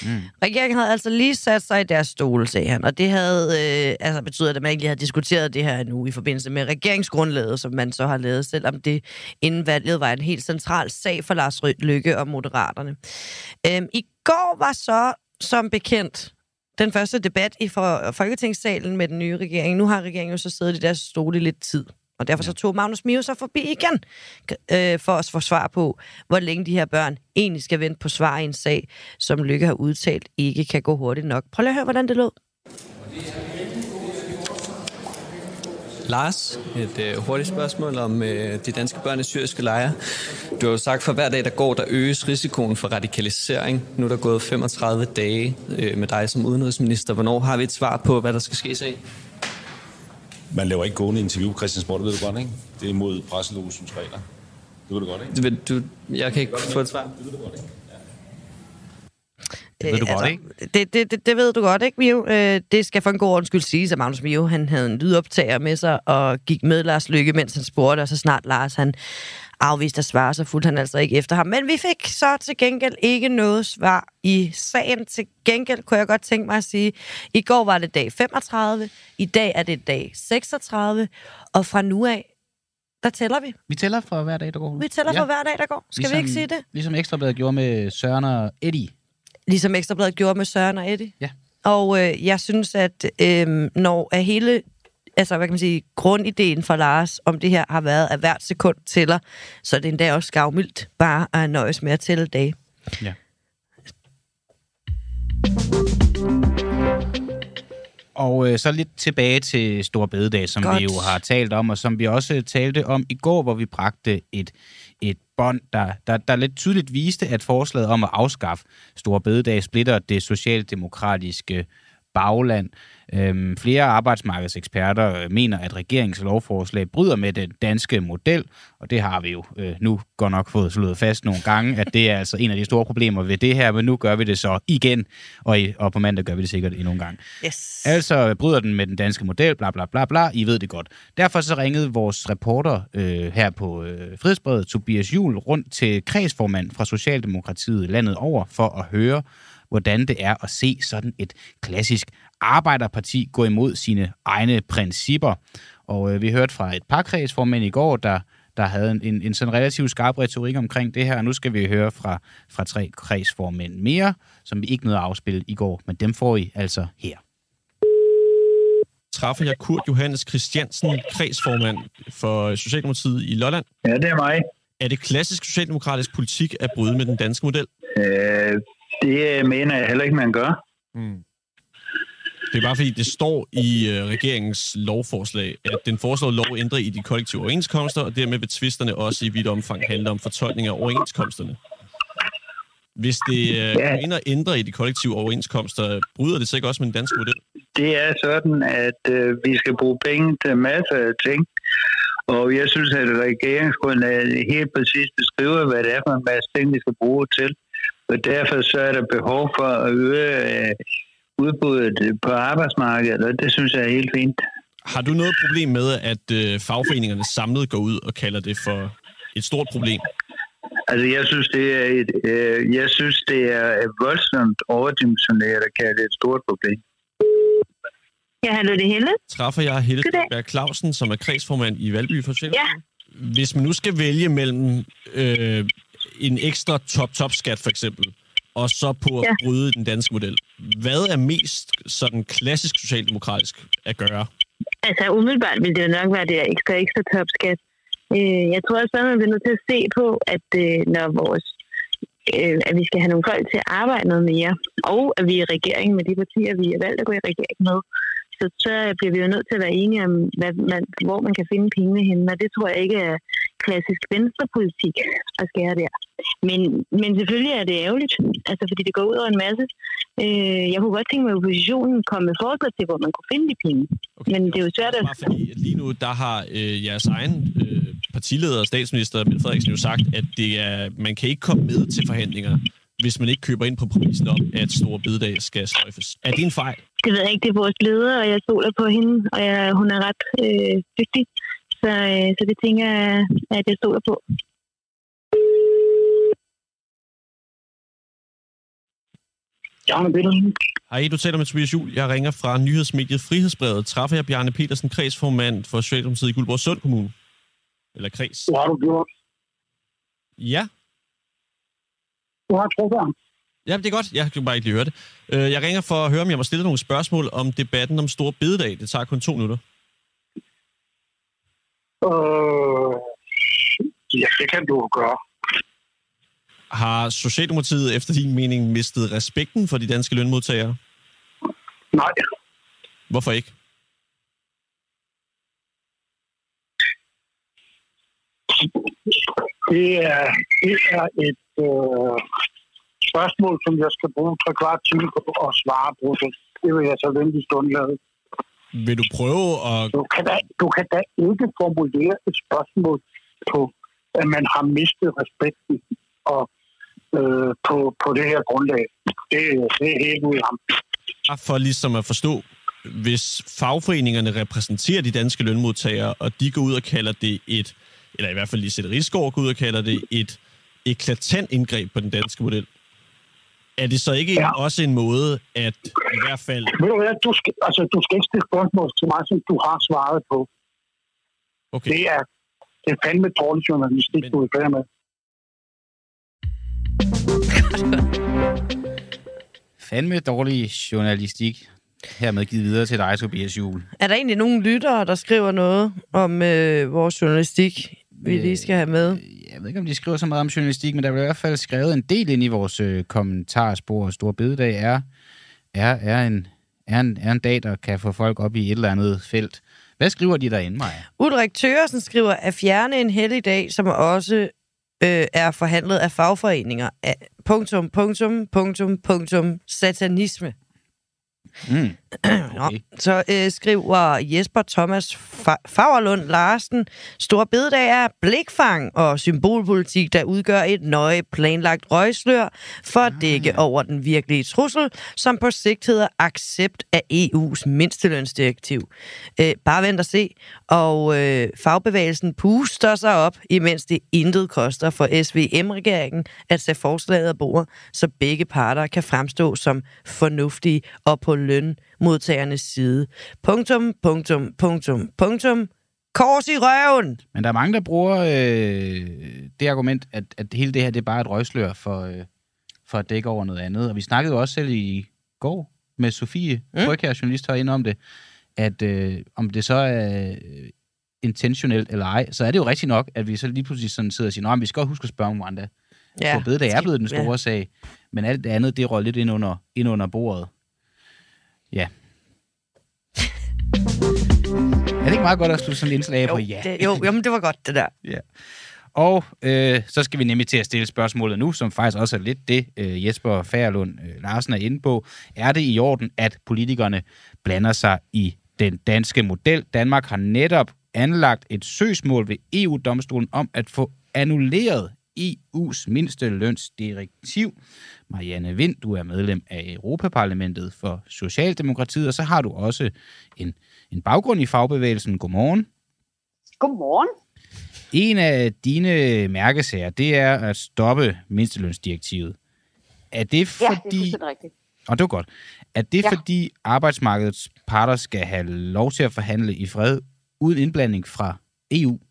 Mm. Regeringen havde altså lige sat sig i deres stole, sagde han, og det havde øh, altså betydet, at man ikke lige havde diskuteret det her nu i forbindelse med regeringsgrundlaget, som man så har lavet, selvom det inden valget var en helt central sag for Lars Løkke og Moderaterne. Øhm, I går var så, som bekendt, den første debat i Folketingssalen med den nye regering. Nu har regeringen jo så siddet i deres stole i lidt tid. Og derfor så tog Magnus Mio så forbi igen, øh, for at få svar på, hvor længe de her børn egentlig skal vente på svar i en sag, som Løkke har udtalt ikke kan gå hurtigt nok. Prøv lige at høre, hvordan det lød. Lars, et øh, hurtigt spørgsmål om øh, de danske børn i syriske lejre. Du har jo sagt, for hver dag, der går, der øges risikoen for radikalisering. Nu er der gået femogtredive dage øh, med dig som udenrigsminister. Hvornår har vi et svar på, hvad der skal ske i sag? Man laver ikke gående interview på Christiansborg, det ved du godt, ikke? Det er imod presselosens regler. Det ved du godt, ikke? Du, du, jeg kan ikke få et svar. Det ved du godt, ikke? Det ved du altså, godt, ikke? Det, det, det, det ved du godt, ikke, Mio? Øh, det skal for en god ordens skyld sige, at Magnus Mio, han havde en lydoptager med sig og gik med Lars Løkke, mens han spurgte, og så snart Lars, han afviste at svare, så fulgte han altså ikke efter ham. Men vi fik så til gengæld ikke noget svar i sagen. Til gengæld kunne jeg godt tænke mig at sige, i går var det dag femogtredive, i dag er det dag seksogtredive, og fra nu af, der tæller vi. Vi tæller for hver dag, der går. Vi tæller ja. for hver dag, der går. Skal ligesom, vi ikke sige det? Ligesom Ekstrabladet gjorde med Søren og Eddie. Ligesom Ekstrabladet gjorde med Søren og Eddie. Ja. Og øh, jeg synes, at øh, når af hele, altså hvad kan man sige, grundideen for Lars om det her har været, at hvert sekund tæller, så er det endda også gavmildt bare at nøjes med at tælle dage. Ja. Og øh, så lidt tilbage til Store Bededag, som Godt. vi jo har talt om, og som vi også talte om i går, hvor vi bragte et, et bånd, der, der, der lidt tydeligt viste, at forslaget om at afskaffe Store Bededag splitter det socialdemokratiske bagland. Øhm, flere arbejdsmarkedseksperter mener, at regeringens lovforslag bryder med den danske model, og det har vi jo øh, nu godt nok fået slået fast nogle gange, at det er altså en af de store problemer ved det her, men nu gør vi det så igen, og, i, og på mandag gør vi det sikkert endnu en gang. Yes. Altså bryder den med den danske model, bla bla bla bla, I ved det godt. Derfor så ringede vores reporter øh, her på øh, Frihedsbrevet, Tobias Juhl, rundt til kredsformand fra Socialdemokratiet landet over, for at høre, hvordan det er at se sådan et klassisk arbejderparti gå imod sine egne principper. Og øh, vi hørte fra et par kredsformænd i går, der, der havde en, en, en sådan relativt skarp retorik omkring det her. Og nu skal vi høre fra, fra tre kredsformænd mere, som vi ikke nåede at afspille i går, men dem får I altså her. Træffer jeg Kurt Johannes Christiansen, kredsformand for Socialdemokratiet i Lolland? Ja, det er mig. Er det klassisk socialdemokratisk politik at bryde med den danske model? Øh, det mener jeg heller ikke, man gør. Mm. Det er bare fordi, det står i øh, regeringens lovforslag, at den foreslåede lov ændrer i de kollektive overenskomster, og dermed vil tvisterne også i vidt omfang handle om fortolkning af overenskomsterne. Hvis det øh, ja. ender ændrer i de kollektive overenskomster, bryder det så ikke også med den danske model? Det er sådan, at øh, vi skal bruge penge til masser af ting, og jeg synes, at regeringsgrundlaget helt præcis beskriver, hvad det er for en masse ting, vi skal bruge til. Og derfor så er der behov for at øge øh, udbuddet på arbejdsmarkedet, og det synes jeg er helt fint. Har du noget problem med, at øh, fagforeningerne samlet går ud og kalder det for et stort problem? Altså, jeg synes, det er et, øh, jeg synes, det er et voldsomt overdimensioneret at kalde det et stort problem. Ja, hallo, det er Helle. Træffer jeg Helle Berg Clausen, som er kredsformand i Valby for Socialdemokratiet? Ja. Hvis man nu skal vælge mellem øh, en ekstra top-top-skat for eksempel, og så på at ja. bryde den danske model, hvad er mest sådan klassisk socialdemokratisk at gøre? Altså, umiddelbart vil det jo nok være det ekstra, ekstra top-skat. Jeg tror også, at man bliver nødt til at se på, at når vores, at vi skal have nogle folk til at arbejde noget mere, og at vi er i regering med de partier, vi er valgt at gå i regering med, så, så bliver vi jo nødt til at være enige om, hvad man, hvor man kan finde pengene henne, og det tror jeg ikke er klassisk venstrepolitik at skære der. Men, men selvfølgelig er det ærgerligt, altså fordi det går ud over en masse. Jeg kunne godt tænke mig, at oppositionen kom med forslag til, hvor man kunne finde de penge. Okay, men det er jo svært at... Bare fordi at lige nu, der har øh, jeres egen øh, partileder og statsminister, Mette Frederiksen, jo sagt, at det er, man kan ikke komme med til forhandlinger, hvis man ikke køber ind på præmissen om, at Store Bededag skal sløjfes. Er det en fejl? Det ved jeg ikke. Det er vores leder, og jeg stoler på hende, og jeg, hun er ret øh, dygtig. Så, øh, så det tænker jeg, at jeg stoler på. Bjarne Petersen. Hej, du taler med Tobias Juhl. Jeg ringer fra nyhedsmediet Frihedsbrevet. Træffer jeg Bjarne Petersen, kredsformand for Socialdemokratiet i Guldborgsund Kommune? Eller kreds? Det har du gjort. Ja. Du har truffet ham. Ja, det er godt. Jeg kan bare ikke lige høre det. Jeg ringer for at høre, om jeg må stille nogle spørgsmål om debatten om Store Bededag. Det tager kun to minutter. Øh, ja, det kan du gøre. Har Socialdemokratiet efter din mening mistet respekten for de danske lønmodtagere? Nej. Hvorfor ikke? Det er, det er et øh, spørgsmål, som jeg skal bruge tre kvart time på at svare på. Det, det vil jeg så venligst undlade. Vil du prøve at... Du kan, da, du kan da ikke formulere et spørgsmål på, at man har mistet respekten og, øh, på, på det her grundlag. Det, det er helt ude i ham. For ligesom at forstå, hvis fagforeningerne repræsenterer de danske lønmodtagere, og de går ud og kalder det et, eller i hvert fald Lizette Risgaard går ud og kalder det et eklatant indgreb på den danske model, er det så ikke ja. også en måde, at i hvert fald... Ved du hvad, du skal, altså, du skal ikke stille spørgsmål til mig, som du har svaret på. Okay. Det er, det er fandme dårligt journalistik, Men... du er færdig med. Fandme dårlig journalistik. Hermed givet videre til dig, Tobias Juhl. Er der egentlig nogen lyttere, der skriver noget om øh, vores journalistik, vi lige skal have med? Jeg ved ikke, om de skriver så meget om journalistik, men der er i hvert fald skrevet en del ind i vores øh, kommentarspor. Store Bededag er, er, er, en, er, en, er en dag, der kan få folk op i et eller andet felt. Hvad skriver de derinde, Maja? Ulrik Thøgersen skriver, at fjerne en helligdag, som også øh, er forhandlet af fagforeninger. Af punktum, punktum, punktum, punktum, satanisme. Mm. Okay. Nå, så øh, skriver Jesper Thomas Fa- Fagerlund Larsen, Store Bededag er blikfang og symbolpolitik, der udgør et nøje planlagt røgslør for at dække ah. over den virkelige trussel, som på sigt hedder accept af E U's mindstelønsdirektiv. Øh, bare vent og se, og øh, fagbevægelsen puster sig op, imens det intet koster for S V M-regeringen at sætte forslaget af bordet, så begge parter kan fremstå som fornuftige og på lønmodtagernes side. Punktum, punktum, punktum, punktum. Kors i røven! Men der er mange, der bruger øh, det argument, at, at hele det her, det er bare et røgslør for, øh, for at dække over noget andet. Og vi snakkede jo også selv i går med Sofie mm. Frøkjær, journalist herinde om det, at øh, om det så er øh, intentionelt eller ej, så er det jo rigtigt nok, at vi så lige pludselig sådan sidder og siger, at vi skal huske at spørge om Rwanda. Ja. For bededag er blevet den store ja. sag, men alt det andet, det røg lidt ind under, ind under bordet. Ja. Er det ikke meget godt at slutte sådan et indslag af på ja? Det, jo, jamen det var godt, det der. Ja. Og øh, så skal vi nemlig til at stille spørgsmålet nu, som faktisk også er lidt det, øh, Jesper Fagerlund øh, Larsen er inde på. Er det i orden, at politikerne blander sig i den danske model? Danmark har netop anlagt et søgsmål ved E U-domstolen om at få annulleret E U's mindstelønsdirektiv. Marianne Vind, du er medlem af Europaparlamentet for Socialdemokratiet, og så har du også en, en baggrund i fagbevægelsen. Godmorgen. Godmorgen. En af dine mærkesager, det er at stoppe mindstelønsdirektivet. Er det fordi... Ja, det er rigtigt. Og det var godt. Er det ja. fordi arbejdsmarkedets parter skal have lov til at forhandle i fred uden indblanding fra E U?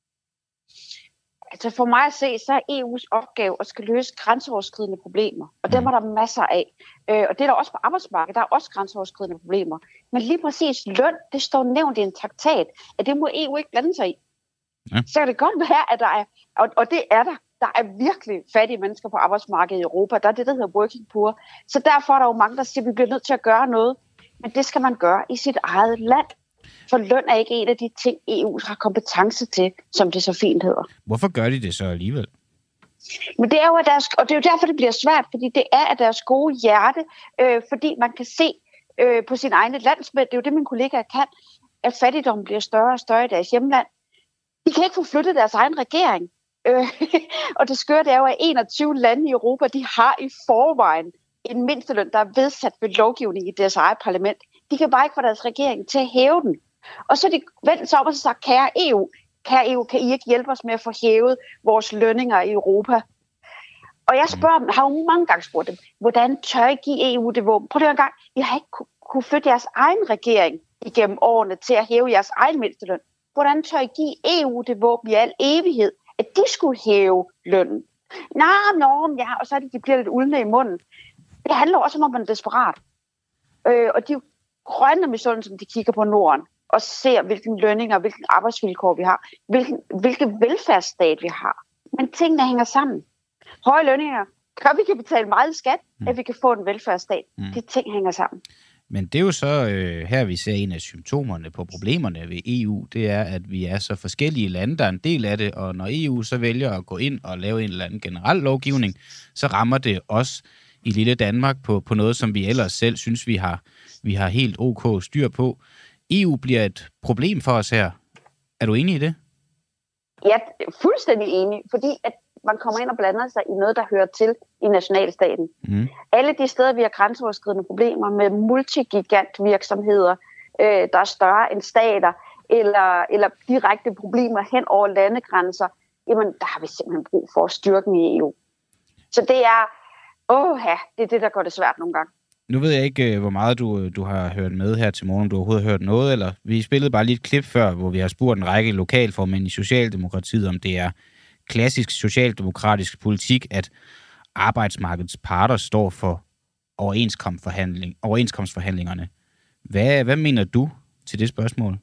Altså for mig at se, så er E U's opgave at skal løse grænseoverskridende problemer. Og dem er der masser af. Øh, og det er der også på arbejdsmarkedet. Der er også grænseoverskridende problemer. Men lige præcis løn, det står nævnt i en traktat, at det må E U ikke blande sig i. Ja. Så kan det godt være, at der er, og, og det er der, der er virkelig fattige mennesker på arbejdsmarkedet i Europa. Der er det, der hedder working poor. Så derfor er der jo mange, der siger, at vi bliver nødt til at gøre noget. Men det skal man gøre i sit eget land. For løn er ikke en af de ting, E U har kompetence til, som det så fint hedder. Hvorfor gør de det så alligevel? Men det er jo, at deres, og det er jo derfor, det bliver svært, fordi det er af deres gode hjerte, øh, fordi man kan se øh, på sin egne landsmænd, det er jo det, mine kollegaer kan, at fattigdommen bliver større og større i deres hjemland. De kan ikke få flyttet deres egen regering. Øh, og det skøre, det er jo, at enogtyve lande i Europa, de har i forvejen en mindsteløn, der er vedsat ved lovgivning i deres eget parlament. De kan bare ikke få deres regering til at hæve den. Og så er de vendt sig om og så sagt, kære E U, kære E U, kan I ikke hjælpe os med at få hævet vores lønninger i Europa? Og jeg spørger dem, har jo mange gange spurgt dem, hvordan tør I give E U det våben? Prøv det en gang, I har ikke kunne, kunne flytte jeres egen regering igennem årene til at hæve jeres egen mindsteløn. Hvordan tør I give E U det våben i al evighed, at de skulle hæve lønnen? Nej, nå, ja, og så er det, de bliver lidt uldne i munden. Det handler også om, at man er desperat. Øh, og de er jo grønne med sådan, som de kigger på Norden, og ser, hvilken lønninger, hvilken arbejdsvilkår vi har, hvilken, hvilke velfærdsstat vi har. Men tingene hænger sammen. Høje lønninger gør, vi kan betale meget skat, mm. at vi kan få en velfærdsstat. Mm. De ting hænger sammen. Men det er jo så øh, her, vi ser en af symptomerne på problemerne ved E U, det er, at vi er så forskellige lande, der er en del af det, og når E U så vælger at gå ind og lave en eller anden generel lovgivning, så rammer det os i lille Danmark på, på noget, som vi ellers selv synes, vi har, vi har helt ok styr på. E U bliver et problem for os her. Er du enig i det? Ja, fuldstændig enig, fordi at man kommer ind og blander sig i noget, der hører til i nationalstaten. Mm. Alle de steder, vi har grænseoverskridende problemer med multigigantvirksomheder, øh, der er større end stater, eller, eller direkte problemer hen over landegrænser, jamen der har vi simpelthen brug for styrken i E U. Så det er, åh ja, det er det, der gør det svært nogle gange. Nu ved jeg ikke, hvor meget du, du har hørt med her til morgen, om du overhovedet har hørt noget, eller vi spillede bare lige et klip før, hvor vi har spurgt en række lokalformænd i Socialdemokratiet, om det er klassisk socialdemokratisk politik, at arbejdsmarkedets parter står for overenskomstforhandling, overenskomstforhandlingerne. Hvad, hvad mener du til det spørgsmål?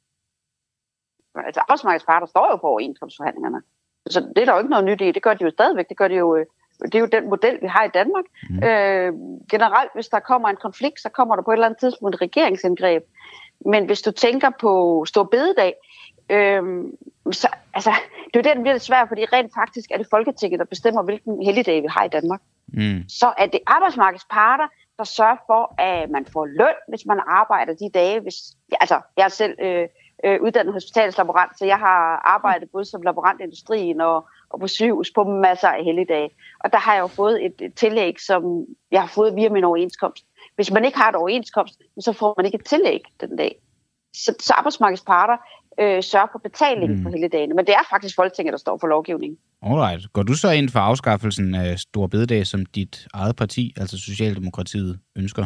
Altså, arbejdsmarkedets parter står jo på overenskomstforhandlingerne. Så det er der jo ikke noget nyt i. Det gør de jo stadigvæk. Det gør de jo... Det er jo den model, vi har i Danmark. Mm. Øh, generelt, hvis der kommer en konflikt, så kommer der på et eller andet tidspunkt et regeringsindgreb. Men hvis du tænker på Store Bededag, øh, så altså, det er jo det, der bliver lidt svært, fordi rent faktisk er det Folketinget, der bestemmer, hvilken helligdag vi har i Danmark. Mm. Så er det arbejdsmarkedets parter, der sørger for, at man får løn, hvis man arbejder de dage. Hvis, altså, jeg er selv øh, øh, uddannet hospitalslaborant, så jeg har arbejdet både som laborant i industrien og og på sygehus på masser af helligdage. Og der har jeg jo fået et, et tillæg, som jeg har fået via min overenskomst. Hvis man ikke har et overenskomst, så får man ikke et tillæg den dag. Så, så arbejdsmarkedets parter øh, sørger for betalingen mm. på helligdagene. Men det er faktisk Folketinget, der står for lovgivningen. Alright. Går du så ind for afskaffelsen af Store Bededag, som dit eget parti, altså Socialdemokratiet, ønsker?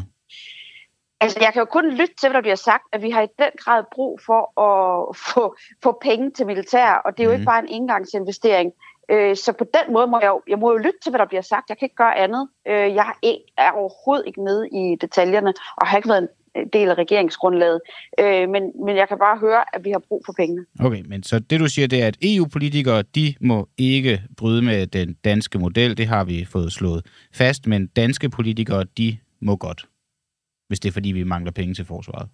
Altså, jeg kan jo kun lytte til, hvad der bliver sagt, at vi har i den grad brug for at få, få penge til militær, og det er jo mm. ikke bare en engangsinvestering. Så på den måde må jeg jo, jeg må jo lytte til, hvad der bliver sagt. Jeg kan ikke gøre andet. Jeg er overhovedet ikke med i detaljerne, og har ikke været en del af regeringsgrundlaget. Men, men jeg kan bare høre, at vi har brug for pengene. Okay, men så det du siger, det er, at E U-politikere, de må ikke bryde med den danske model. Det har vi fået slået fast, men danske politikere, de må godt. Hvis det er, fordi vi mangler penge til forsvaret.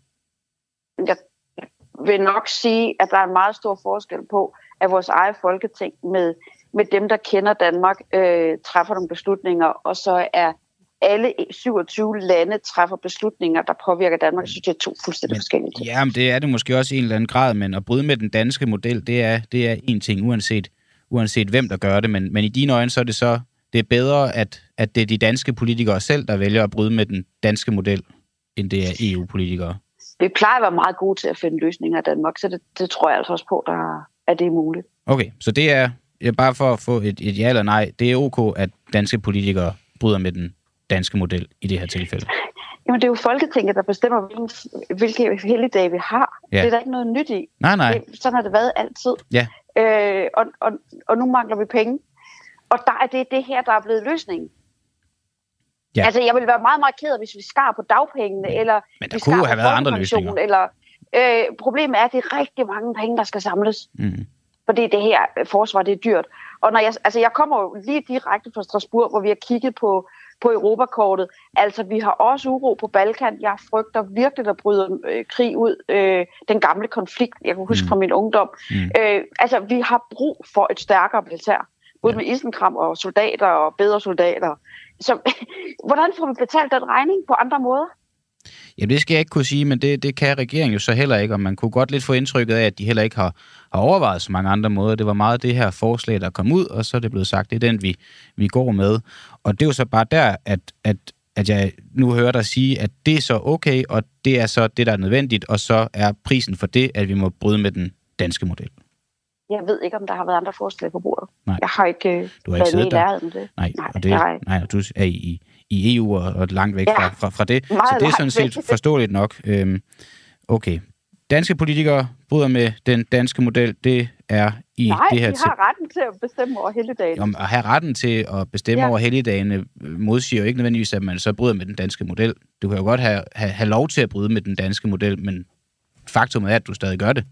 Jeg vil nok sige, at der er en meget stor forskel på, at vores eget folketing med, med dem, der kender Danmark, øh, træffer nogle beslutninger, og så er alle syvogtyve lande træffer beslutninger, der påvirker Danmark. Jeg synes, det er to fuldstændig men, forskellige ting. Ja, men det er det måske også i en eller anden grad, men at bryde med den danske model, det er, det er en ting, uanset, uanset hvem, der gør det. Men, men i dine øjne, så er det så det er bedre, at, at det er de danske politikere selv, der vælger at bryde med den danske model, end det er E U-politikere. Vi plejer at være meget gode til at finde løsninger i Danmark, så det, det tror jeg altså også på, der, at det er muligt. Okay, så det er, bare for at få et, et ja eller nej, det er ok, at danske politikere bryder med den danske model i det her tilfælde? Jamen, det er jo Folketinget, der bestemmer, hvilken, hvilke helligdage vi har. Ja. Det er der ikke noget nyt i. Nej, nej. Det, sådan har det været altid. Ja. Øh, og, og, og nu mangler vi penge. Og der er det det her, der er blevet løsningen. Ja. Altså, jeg ville være meget, meget ked af, hvis vi skar på dagpengene, men, eller men der kunne have været andre løsninger. Eller, øh, problemet er, at det er rigtig mange penge, der skal samles. Mm. Fordi det her forsvar, det er dyrt. Og når jeg, altså, jeg kommer jo lige direkte fra Strasbourg, hvor vi har kigget på, på Europakortet. Altså, vi har også uro på Balkan. Jeg frygter virkelig, der bryder øh, krig ud. Øh, den gamle konflikt, jeg kan huske mm. fra min ungdom. Mm. Øh, altså, vi har brug for et stærkere militær. Både med isenkram og soldater og bedre soldater. Så hvordan får vi betalt den regning på andre måder? Jamen, det skal jeg ikke kunne sige, men det, det kan regeringen jo så heller ikke, og man kunne godt lidt få indtrykket af, at de heller ikke har, har overvejet så mange andre måder. Det var meget det her forslag, der kom ud, og så er det blevet sagt, det er den, vi, vi går med. Og det er jo så bare der, at, at, at jeg nu hører dig sige, at det er så okay, og det er så det, der er nødvendigt, og så er prisen for det, at vi må bryde med den danske model. Jeg ved ikke, om der har været andre forslag på bordet. Nej. Jeg har ikke øh, du har ikke været med i nærheden med det. Nej, nej, og det, nej, du er i, i E U og, og langt væk ja, fra, fra, fra det. Så det er sådan set væk. Forståeligt nok. Øhm, okay. Danske politikere bryder med den danske model. Det er i nej, det her... Nej, de har retten til at bestemme over helligdagen. Om at have retten til at bestemme ja. over helligdagene modsiger jo ikke nødvendigvis, at man så bryder med den danske model. Du kan jo godt have, have, have lov til at bryde med den danske model, men faktum er, at du stadig gør det.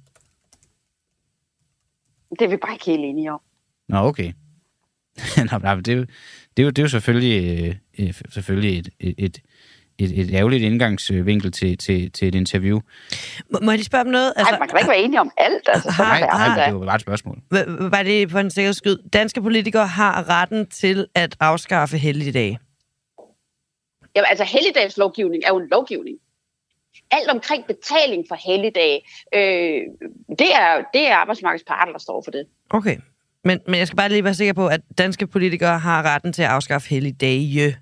Det er vi bare ikke helt enige om. Nå, okay. Nå, nej, det, er jo, det, er jo, det er jo selvfølgelig, øh, selvfølgelig et, et, et, et, et ærgerligt indgangsvinkel til, til, til et interview. Må, må jeg lige spørge om noget? Altså, nej, man kan ikke være enige om alt. Altså, nej, nej, nej, det var bare et spørgsmål. Var det for en sikker skyd? Danske politikere har retten til at afskaffe helligdage. Jamen, altså, helligdagslovgivning er jo en lovgivning. Alt omkring betaling for helligdage, øh, det, er, det er arbejdsmarkedets parter, der står for det. Okay, men, men jeg skal bare lige være sikker på, at danske politikere har retten til at afskaffe helligdage.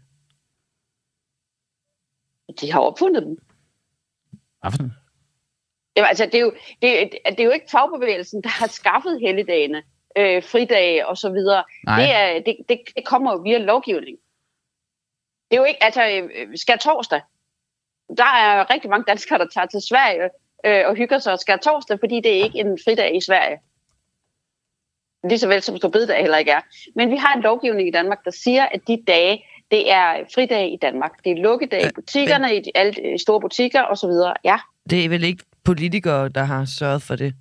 De har opfundet dem. Hvorfor? Jamen, altså, det er, jo, det, det er jo ikke fagbevægelsen, der har skaffet helligdagene, øh, fridage og så videre. Det, er, det, det, det kommer jo via lovgivning. Det er jo ikke, altså, skærtorsdag. Der er rigtig mange danskere, der tager til Sverige øh, og hygger sig og skærtorsdag, fordi det er ikke en fridag i Sverige. Lige så vel som store bededag heller ikke er. Men vi har en lovgivning i Danmark, der siger, at de dage, det er fridag i Danmark. Det er lukkedage i butikkerne, i de, alle de store butikker og så videre. Ja. Det er vel ikke politikere, der har sørget for det?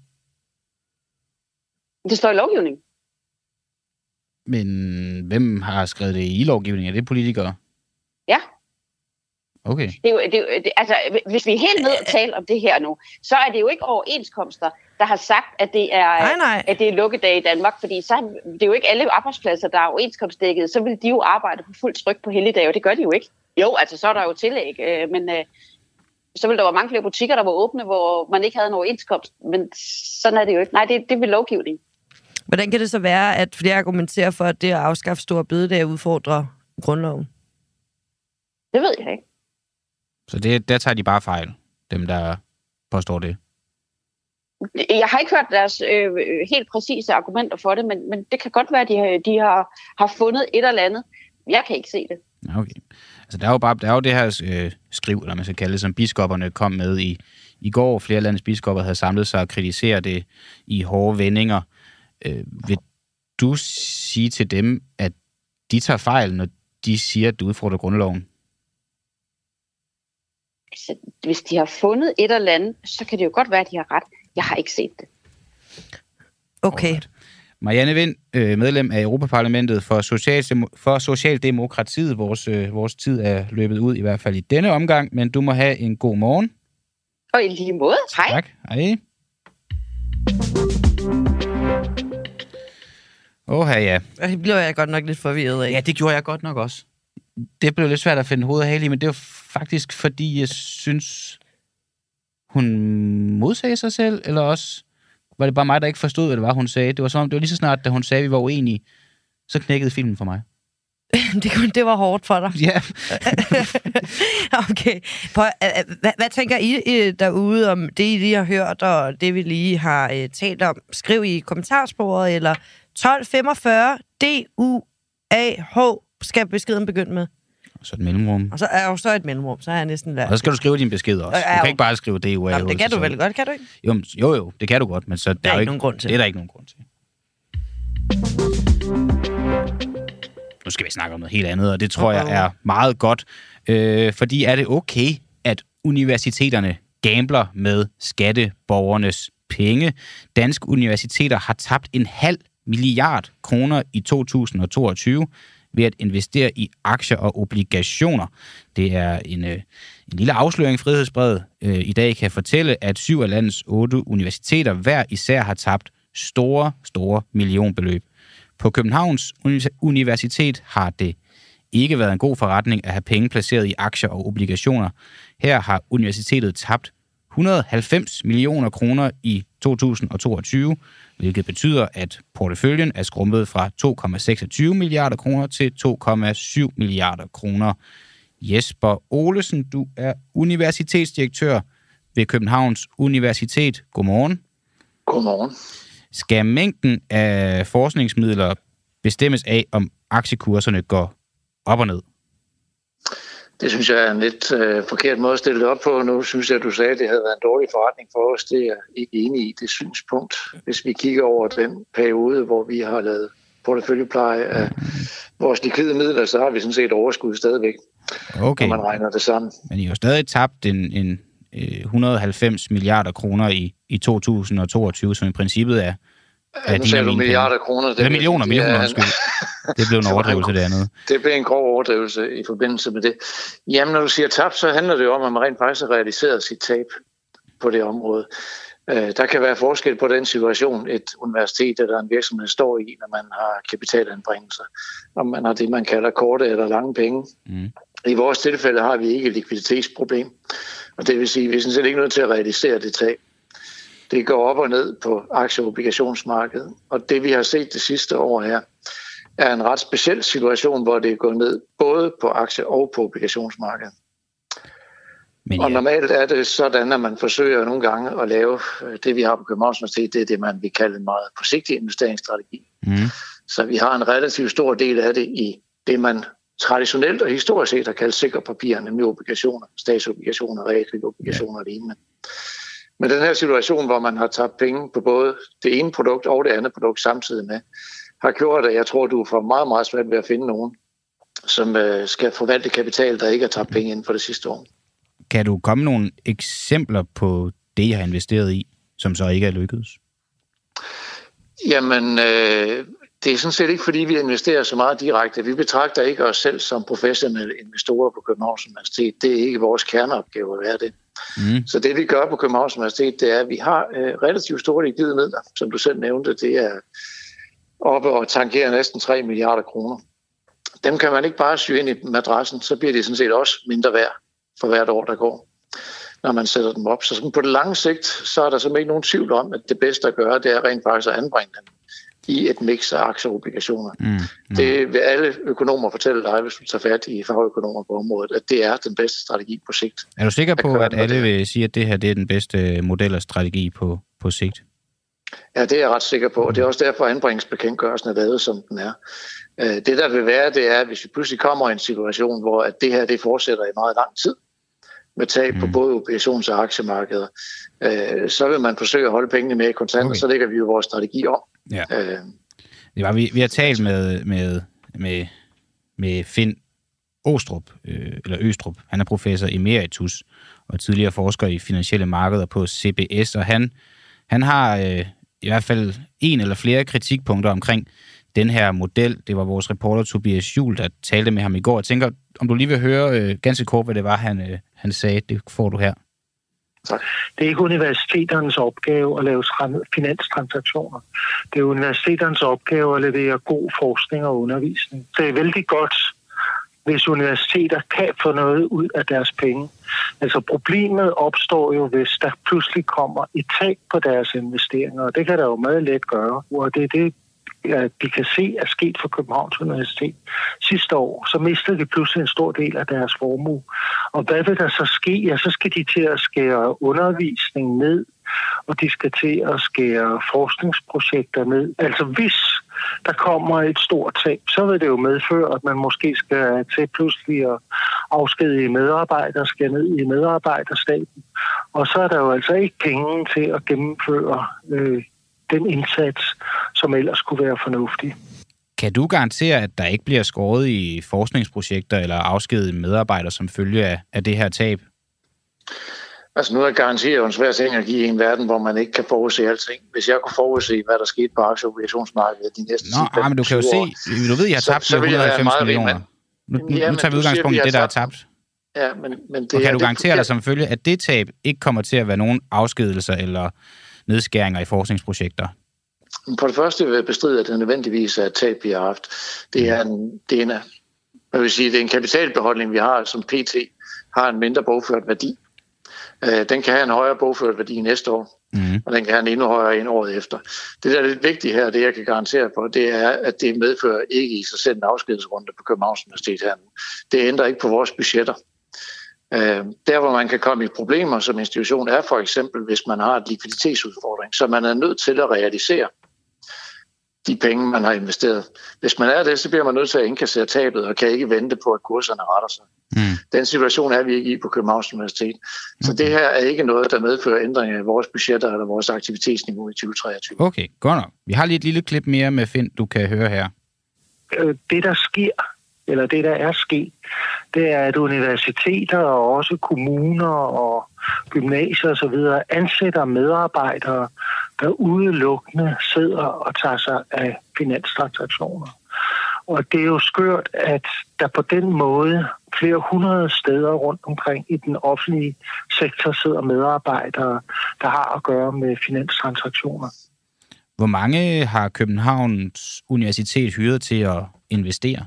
Det står i lovgivningen. Men hvem har skrevet det i lovgivningen? Er det politikere? Ja. Okay. Det er jo, det er jo, det, altså, hvis vi er helt ned og taler om det her nu, så er det jo ikke overenskomster, der har sagt, at det er, nej, nej. At det er lukkedag i Danmark, fordi så, det er jo ikke alle arbejdspladser, der er overenskomstdækket, så vil de jo arbejde på fuldt tryk på helligdage, og det gør de jo ikke. Jo, altså så er der jo tillæg, øh, men øh, så vil der være mange flere butikker, der var åbne, hvor man ikke havde en overenskomst, men sådan er det jo ikke. Nej, det, det vil lovgivning. Hvordan kan det så være, at flere argumenterer for, at det at afskaffe store bededag udfordrer grundloven? Det ved jeg ikke. Så det, der tager de bare fejl, dem der påstår det? Jeg har ikke hørt deres øh, helt præcise argumenter for det, men, men det kan godt være, at de, har, de har, har fundet et eller andet. Jeg kan ikke se det. Okay. Altså, der er jo, bare, der er jo det her øh, skriv, eller man skal kalde det, som biskopperne kom med i, i går. Flere landets biskopper havde samlet sig og kritiseret det i hårde vendinger. Øh, vil du sige til dem, at de tager fejl, når de siger, at det udfordrer grundloven? Altså, hvis de har fundet et eller andet, så kan det jo godt være, at de har ret. Jeg har ikke set det. Okay. Alright. Marianne Vind, medlem af Europaparlamentet for, Social- for Socialdemokratiet. Vores, vores tid er løbet ud, i hvert fald i denne omgang, men du må have en god morgen. Og i lige måde. Hej. Tak. Hej. Åh, ja. Det blev jeg godt nok lidt forvirret af. Ja, det gjorde jeg godt nok også. Det blev lidt svært at finde hoved og hale i, men det var faktisk, fordi jeg synes, hun modsagde sig selv, eller også var det bare mig, der ikke forstod, hvad det var, hun sagde. Det var som om, det var lige så snart, da hun sagde, at vi var uenige, så knækkede filmen for mig. det, det var hårdt for dig. Ja. Okay. Prøv, hvad, hvad tænker I derude om det, I lige har hørt, og det, vi lige har uh, talt om? Skriv i kommentarsporet, eller tolv femogfyrre D U A H skal beskeden begynde med. Og så et mellemrum. Og så er jo så et mellemrum, så er jeg næsten lært. Og så skal du skrive din besked også. Du kan ikke bare skrive D U A H. Jamen, det kan du vel godt, kan du ikke? Jo, jo, jo, det kan du godt, men så der er, er ikke nogen grund til. Det er der ikke nogen grund til. Nu skal vi snakke om noget helt andet, og det tror jeg er meget godt. Øh, fordi er det okay, at universiteterne gambler med skatteborgernes penge? Danske universiteter har tabt en halv milliard kroner i to tusind og toogtyve ved at investere i aktier og obligationer. Det er en, øh, en lille afsløring, Frihedsbrevet øh, i dag kan fortælle, at syv af landets otte universiteter hver især har tabt store, store millionbeløb. På Københavns Universitet har det ikke været en god forretning at have penge placeret i aktier og obligationer. Her har universitetet tabt et hundrede og halvfems millioner kroner i to tusind og toogtyve, hvilket betyder, at porteføljen er skrumpet fra to komma seksogtyve milliarder kroner til to komma syv milliarder kroner. Jesper Olesen, du er universitetsdirektør ved Københavns Universitet. Godmorgen. Godmorgen. Skal mængden af forskningsmidler bestemmes af, om aktiekurserne går op og ned? Det synes jeg er en lidt øh, forkert måde at stille det op på. Nu synes jeg, at du sagde, at det havde været en dårlig forretning for os. Det er jeg ikke enig i, det synspunkt. Hvis vi kigger over den periode, hvor vi har lavet porteføljepleje af vores likvide midler, så har vi sådan set overskud stadigvæk, okay. når man regner det sammen. Men I har stadig tabt en, en et hundrede og halvfems milliarder kroner i, i to tusind og toogtyve, som i princippet er... Ja, nu sagde du milliarder kroner. Det er millioner, det, millioner, er, undskyld. Det blev en overdrivelse, det andet. Det blev en grov overdrivelse i forbindelse med det. Jamen, når du siger tab, så handler det jo om, at man rent faktisk har realiseret sit tab på det område. Der kan være forskel på den situation, et universitet eller en virksomhed står i, når man har kapitalanbringelser. Om man har det, man kalder korte eller lange penge. Mm. I vores tilfælde har vi ikke et likviditetsproblem. Og det vil sige, at vi er sådan set ikke nødt til at realisere det tab. Det går op og ned på aktie- og obligationsmarkedet. Og det, vi har set det sidste år her, er en ret speciel situation, hvor det går ned både på aktie- og på obligationsmarkedet. Men ja. Og normalt er det sådan, at man forsøger nogle gange at lave det, vi har på Københavns Universitet, det er det, man vil kalde en meget forsigtig investeringsstrategi. Mm. Så vi har en relativt stor del af det i det, man traditionelt og historisk set har kaldt sikre papirer, nemlig obligationer, statsobligationer, realkreditobligationer og lignende. Men den her situation, hvor man har tabt penge på både det ene produkt og det andet produkt samtidig med, har gjort, at jeg tror, du får meget, meget svært ved at finde nogen, som øh, skal forvalte kapital, der ikke har tabt penge inden for det sidste år. Kan du komme nogle eksempler på det, jeg har investeret i, som så ikke er lykkedes? Jamen, øh, det er sådan set ikke, fordi vi investerer så meget direkte. Vi betragter ikke os selv som professionelle investorer på Københavns Universitet. Det er ikke vores kerneopgave at være det. Mm. Så det, vi gør på Københavns Universitet, det er, at vi har øh, relativt store likvide midler, som du selv nævnte. Det er oppe og tangerer næsten tre milliarder kroner. Dem kan man ikke bare syge ind i madrassen, så bliver de sådan set også mindre værd for hvert år, der går, når man sætter dem op. Så på det lange sigt, så er der simpelthen ikke nogen tvivl om, at det bedste at gøre, det er rent faktisk at anbringe dem i et mix af aktier og obligationer. Mm, mm. Det vil alle økonomer fortælle dig, hvis du tager fat i fagøkonomer på området, at det er den bedste strategi på sigt. Er du sikker på, at, at alle vil sige, at det her det er den bedste model og strategi på, på sigt? Ja, det er jeg ret sikker på, og det er også derfor, at anbringelsesbekendtgørelsen er lavet, som den er. Det, der vil være, det er, hvis vi pludselig kommer i en situation, hvor at det her det fortsætter i meget lang tid, med tab mm. på både obligations- og aktiemarkeder, så vil man forsøge at holde pengene mere i kontant, okay. og så lægger vi jo vores strategi om. Ja. Øh. Det var, vi, vi har talt med, med, med, med Finn Åstrup, øh, eller Østrup. Han er professor emeritus og tidligere forsker i finansielle markeder på C B S, og han, han har øh, i hvert fald en eller flere kritikpunkter omkring den her model. Det var vores reporter Tobias Juhl, der talte med ham i går. Jeg tænker, om du lige vil høre øh, ganske kort, hvad det var, han, øh, han sagde. Det får du her. Det er ikke universiteternes opgave at lave finanstransaktioner. Det er universiteternes opgave at levere god forskning og undervisning. Det er vældig godt, hvis universiteter kan få noget ud af deres penge. Altså problemet opstår jo, hvis der pludselig kommer et tab på deres investeringer, og det kan der jo meget let gøre. Og det er det, vi kan se er sket for Københavns Universitet. Sidste år, så mistede de pludselig en stor del af deres formue. Og hvad vil der så ske? Ja, så skal de til at skære undervisning ned, og de skal til at skære forskningsprojekter ned. Altså hvis der kommer et stort tab, så vil det jo medføre, at man måske skal til pludselig at afskedige medarbejdere, skal ned i medarbejderstaten. Og så er der jo altså ikke penge til at gennemføre øh, den indsats, som ellers kunne være fornuftig. Kan du garantere, at der ikke bliver skåret i forskningsprojekter eller afskediget medarbejdere som følge af, af det her tab? Altså nu er garantier jo en svær ting at give i en verden, hvor man ikke kan forudse alting. Hvis jeg kunne forudse, hvad der skete på aktie- og obligationsmarkedet de næste Nå, ti, men du kan jo år, se, du ved, jeg har tabt så, så et hundrede og halvfems millioner. Nu, nu, ja, nu tager vi udgangspunkt i det, der er tabt. Ja, men, men det og kan er, du garantere det, dig som følge, at det tab ikke kommer til at være nogen afskedelser eller nedskæringer i forskningsprojekter? For det første vil jeg bestride, at det nødvendigvis er et tab, vi har haft. Det er en, det er en, jeg vil sige, det er en kapitalbeholdning, vi har, som P T har en mindre bogført værdi. Den kan have en højere bogført værdi næste år, mm. og den kan have en endnu højere end året efter. Det, der er lidt vigtigt her, det jeg kan garantere for, det er, at det medfører ikke i sig selv en afskedsrunde på Københavns Universitet her. Det ændrer ikke på vores budgetter. Der, hvor man kan komme i problemer som institution, er for eksempel, hvis man har et likviditetsudfordring, så man er nødt til at realisere de penge, man har investeret. Hvis man er det, så bliver man nødt til at indkassere tabet, og kan ikke vente på, at kurserne retter sig. Mm. Den situation er vi ikke i på Københavns Universitet. Så okay. Det her er ikke noget, der medfører ændringer i vores budgetter eller vores aktivitetsniveau i tyve treogtyve. Okay, godt nok. Vi har lige et lille klip mere med Finn, du kan høre her. Det, der sker, eller det, der er sket, det er, at universiteter og også kommuner og gymnasier osv. ansætter medarbejdere, der udelukkende sidder og tager sig af finanstransaktioner. Og det er jo skørt, at der på den måde flere hundrede steder rundt omkring i den offentlige sektor sidder medarbejdere, der har at gøre med finanstransaktioner. Hvor mange har Københavns Universitet hyret til at investere?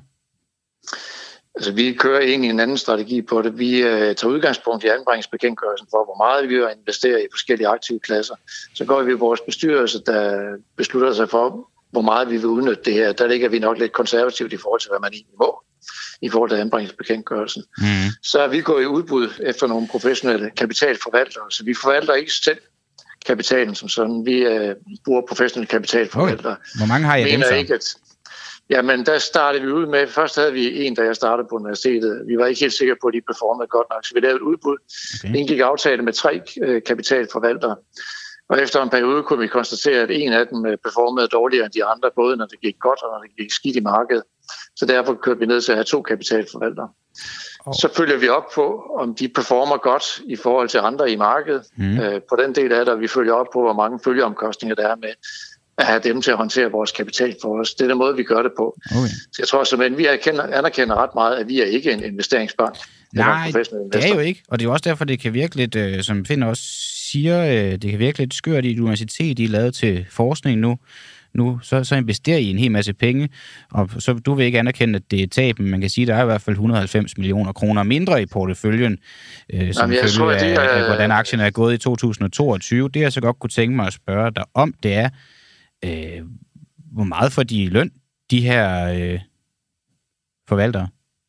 Altså, vi kører egentlig en anden strategi på det. Vi øh, tager udgangspunkt i anbringelsesbekendtgørelsen for, hvor meget vi vil investere i forskellige aktive klasser. Så går vi i vores bestyrelse, der beslutter sig for, hvor meget vi vil udnytte det her. Der ligger vi nok lidt konservativt i forhold til, hvad man egentlig må i forhold til anbringelsesbekendtgørelsen. Mm. Så er vi gået i udbud efter nogle professionelle kapitalforvaltere, så vi forvalter ikke selv kapitalen som sådan. Vi øh, bruger professionelle kapitalforvaltere. Okay. Hvor mange har I af dem så? Ikke, at Jamen, der startede vi ud med, først havde vi en, da jeg startede på universitetet. Vi var ikke helt sikre på, at de performede godt nok, så vi lavede et udbud. Okay. Vi indgik aftale med tre øh, kapitalforvaltere. Og efter en periode kunne vi konstatere, at en af dem performede dårligere end de andre, både når det gik godt og når det gik skidt i markedet. Så derfor kørte vi ned til at have to kapitalforvaltere. Oh. Så følger vi op på, om de performer godt i forhold til andre i markedet. Mm. Øh, på den del af det, vi følger op på, hvor mange følgeomkostninger der er med at have dem til at håndtere vores kapital for os. Det er den måde, vi gør det på. Okay. Så jeg tror simpelthen, vi anerkender ret meget, at vi er ikke en investeringsbank. Nej, det er jo ikke. Og det er jo også derfor, det kan virke lidt, øh, som Finn også siger, øh, det kan virke lidt skørt i et universitet, I er lavet til forskning nu. Nu så, så investerer I en hel masse penge, og så du vil ikke anerkende, at det er tab, men man kan sige, at der er i hvert fald et hundrede og halvfems millioner kroner mindre i porteføljen, øh, som Jamen, følge af, er... af, hvordan aktien er gået i to tusind og toogtyve. Det jeg så godt kunne tænke mig at spørge dig om, det er, øh, hvor meget får de i løn, de her øh, forvaltere?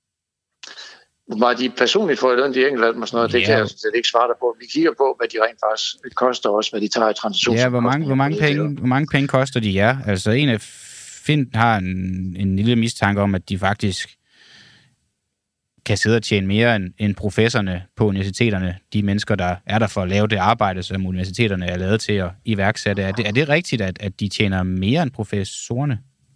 Hvor meget de personligt får i løn, de enkelte af dem og sådan noget, ja. Det kan jeg slet ikke svare dig på. Vi kigger på, hvad de rent faktisk koster også, hvad de tager i transaktioner. Ja, hvor mange, hvor mange, penge, hvor mange penge koster de jer? Ja? Altså en af Finn har en, en lille mistanke om, at de faktisk kan sidde og tjene mere end, end professorerne på universiteterne, de mennesker, der er der for at lave det arbejde, som universiteterne er lavet til at iværksætte. Er det, er det rigtigt, at, at de tjener mere end professorerne?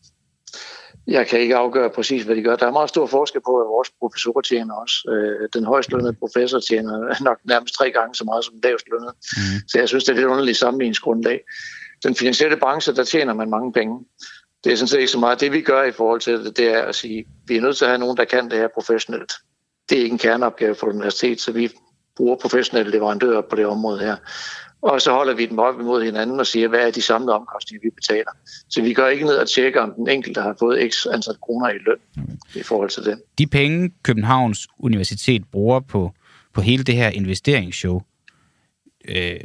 Jeg kan ikke afgøre præcis, hvad de gør. Der er meget stor forskel på, at vores professorer tjener også. Den højst lønnede professor tjener nok nærmest tre gange så meget som den lavest lønnede. Mm. Så jeg synes, det er lidt underligt sammenligningsgrundlag. Den finansielle branche, der tjener man mange penge. Det er sådan set ikke så meget. Det vi gør i forhold til det, det er at sige, at vi er nødt til at have nogen, der kan det her professionelt. Det er ikke en kerneopgave for universitet, så vi bruger professionelle leverandører på det område her. Og så holder vi dem op imod hinanden og siger, hvad er de samlede omkostninger, vi betaler. Så vi går ikke ned og tjekker, om den enkelte har fået x antal kroner i løn okay. i forhold til det. De penge, Københavns Universitet bruger på, på hele det her investeringsshow, øh,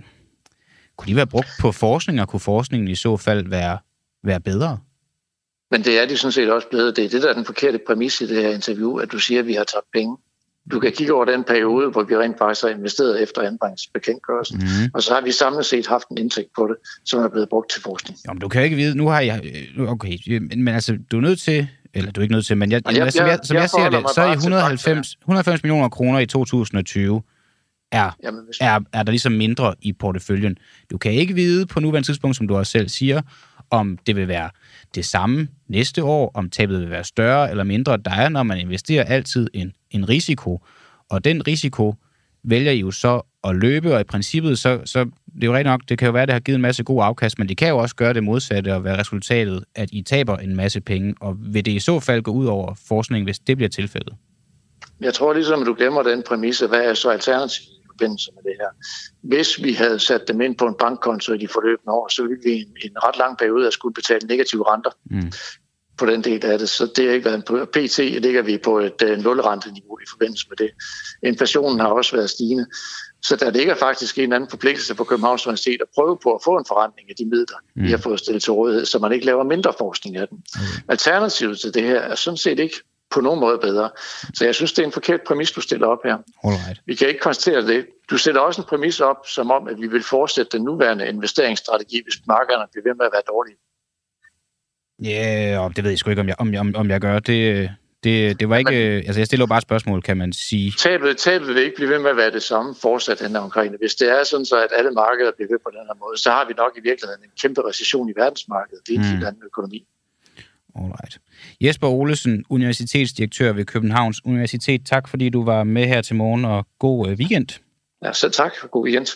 kunne de være brugt på forskning, og kunne forskningen i så fald være, være bedre? Men det er de sådan set også blevet. Det er det, der er den forkerte præmis i det her interview, at du siger, at vi har tabt penge. Du kan kigge over den periode, hvor vi rent faktisk har investeret efter anbringelsesbekendtgørelsen, mm. og så har vi samlet set haft en indtægt på det, som er blevet brugt til forskning. Jo, men du kan ikke vide, nu har jeg... Okay, men altså, du er nødt til... Eller du er ikke nødt til, men jeg, jeg, jeg, som jeg, som jeg, jeg ser det, så er I et hundrede og halvfems millioner kroner i to tusind og tyve, er, Jamen, er, er der ligesom mindre i porteføljen. Du kan ikke vide på nuværende tidspunkt, som du også selv siger, om det vil være det samme næste år, om tabet vil være større eller mindre. Der er, når man investerer, altid en, en risiko, og den risiko vælger I jo så at løbe, og i princippet, så, så det er jo rigtig nok, det kan jo være, at det har givet en masse god afkast, men det kan jo også gøre det modsatte og være resultatet, at I taber en masse penge, og vil det i så fald gå ud over forskning, hvis det bliver tilfældet? Jeg tror ligesom, at du glemmer den præmisse, hvad er så alternativet i forbindelse med det her? Hvis vi havde sat dem ind på en bankkonto i de forløbende år, så ville vi i en, en ret lang periode have skulle betale negative renter mm. på den del af det. Så det er ikke været en P T, ligger vi på et uh, nulrenteniveau i forbindelse med det. Inflationen har også været stigende. Så der ligger faktisk en anden forpligtelse på Københavns Universitet at prøve på at få en forrentning af de midler, mm. vi har fået stillet til rådighed, så man ikke laver mindre forskning af dem. Mm. Alternativet til det her er sådan set ikke på nogen måde bedre. Så jeg synes, det er en forkert præmis, du stiller op her. Alright. Vi kan ikke konstatere det. Du stiller også en præmis op, som om, at vi vil fortsætte den nuværende investeringsstrategi, hvis markederne bliver ved med at være dårlige. Ja, yeah, det ved jeg sgu ikke, om jeg, om jeg, om jeg gør. Det, det, det var ikke... Men, altså, jeg stiller bare et spørgsmål, kan man sige. Tabet, tabet vil ikke blive ved med at være det samme fortsat hen omkring det. Hvis det er sådan, så at alle markeder bliver ved på den her måde, så har vi nok i virkeligheden en kæmpe recession i verdensmarkedet. Det er en mm. helt anden økonomi. Alright. Jesper Olesen, universitetsdirektør ved Københavns Universitet. Tak, fordi du var med her til morgen, og god øh, weekend. Ja, selv tak. God weekend.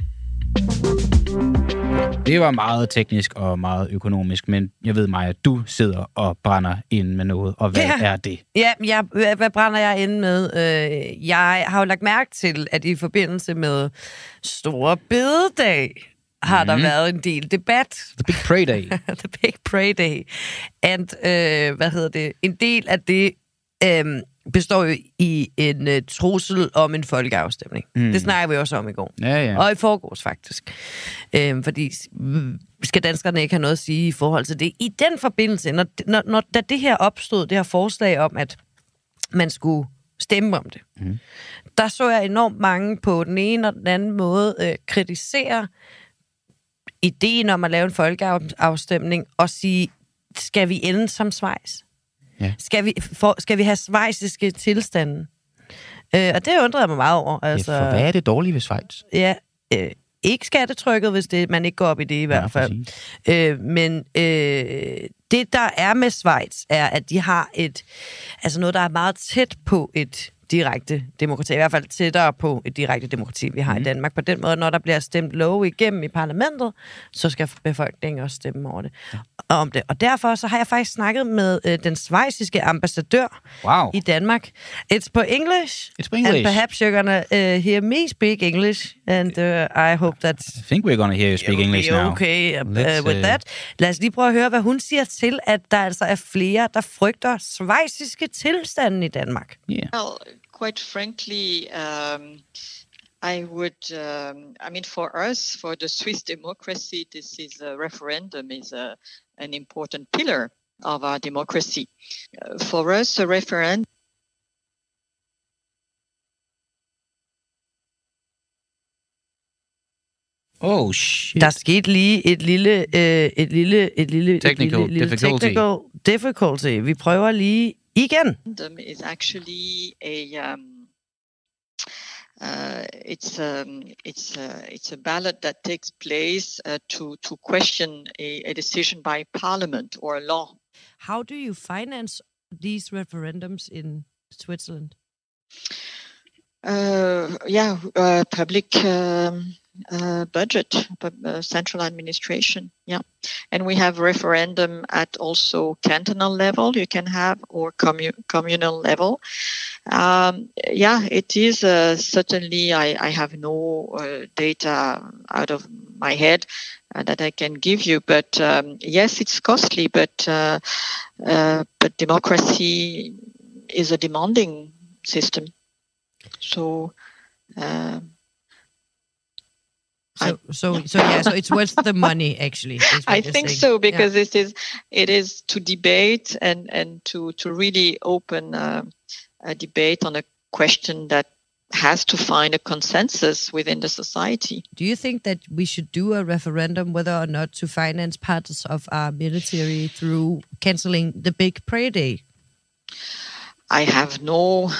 Det var meget teknisk og meget økonomisk, men jeg ved mig, at du sidder og brænder ind med noget, og hvad ja. er det? Ja, jeg, hvad brænder jeg ind med? Jeg har jo lagt mærke til, at i forbindelse med Store Bededag har mm. der været en del debat. The Big Pray Day. The Big Pray Day. And, øh, hvad hedder det? En del af det øh, består jo i en uh, trussel om en folkeafstemning. Mm. Det snakker vi også om i går. Ja, ja. Og i forgårs faktisk. Øhm, fordi skal danskerne ikke have noget at sige i forhold til det? I den forbindelse, når, når, når da det her opstod, det her forslag om, at man skulle stemme om det, mm. der så jeg enormt mange på den ene og den anden måde øh, kritisere ideen om at lave en folkeafstemning og sige, skal vi ende som Schweiz? Ja. Skal, vi, for, skal vi have schweiziske tilstande? Øh, og det undrede jeg mig meget over. Altså, ja, for hvad er det dårlige ved Schweiz? Ja, øh, ikke skattetrykket, hvis det, man ikke går op i det i hvert fald. Ja, øh, men øh, det, der er med Schweiz, er, at de har et, altså noget, der er meget tæt på et direkte demokrati, i hvert fald tættere på et direkte demokrati, vi har mm. i Danmark. På den måde, når der bliver stemt love igennem i parlamentet, så skal befolkningen også stemme over det. Ja. Om det. Og derfor så har jeg faktisk snakket med øh, den schweiziske ambassadør wow. i Danmark. It's på English. It's på English. And perhaps you're gonna uh, hear me speak English, and uh, I hope that I think we're gonna hear you speak English now. Okay uh, uh, with that. Lad os lige prøve at høre, hvad hun siger til, at der altså er flere, der frygter schweiziske tilstande i Danmark. Yeah. Well, quite frankly, um, I would, um, I mean, for us, for the Swiss democracy, this is a referendum is a, an important pillar of our democracy. Uh, for us, a referendum. Oh shit. Der skete lige et lille, øh, et lille, et lille, technical, et lille, lille difficulty. technical difficulty. Vi prøver lige igen. Is actually a um, uh, it's um, it's uh, it's a ballot that takes place uh, to to question a, a decision by parliament or a law. How do you finance these referendums in Switzerland? Uh, yeah, uh, public um, uh, budget, uh, central administration. Yeah, and we have referendum at also cantonal level. You can have or commu- communal level. Um, yeah, it is uh, certainly. I, I have no uh, data out of my head uh, that I can give you, but um, yes, it's costly. But uh, uh, but democracy is a demanding system. So, uh, so, so, so, yeah. So it's worth the money, actually. I think saying. so because yeah. it is it is to debate and and to to really open uh, a debate on a question that has to find a consensus within the society. Do you think that we should do a referendum whether or not to finance parts of our military through canceling the Big Pray Day? I have no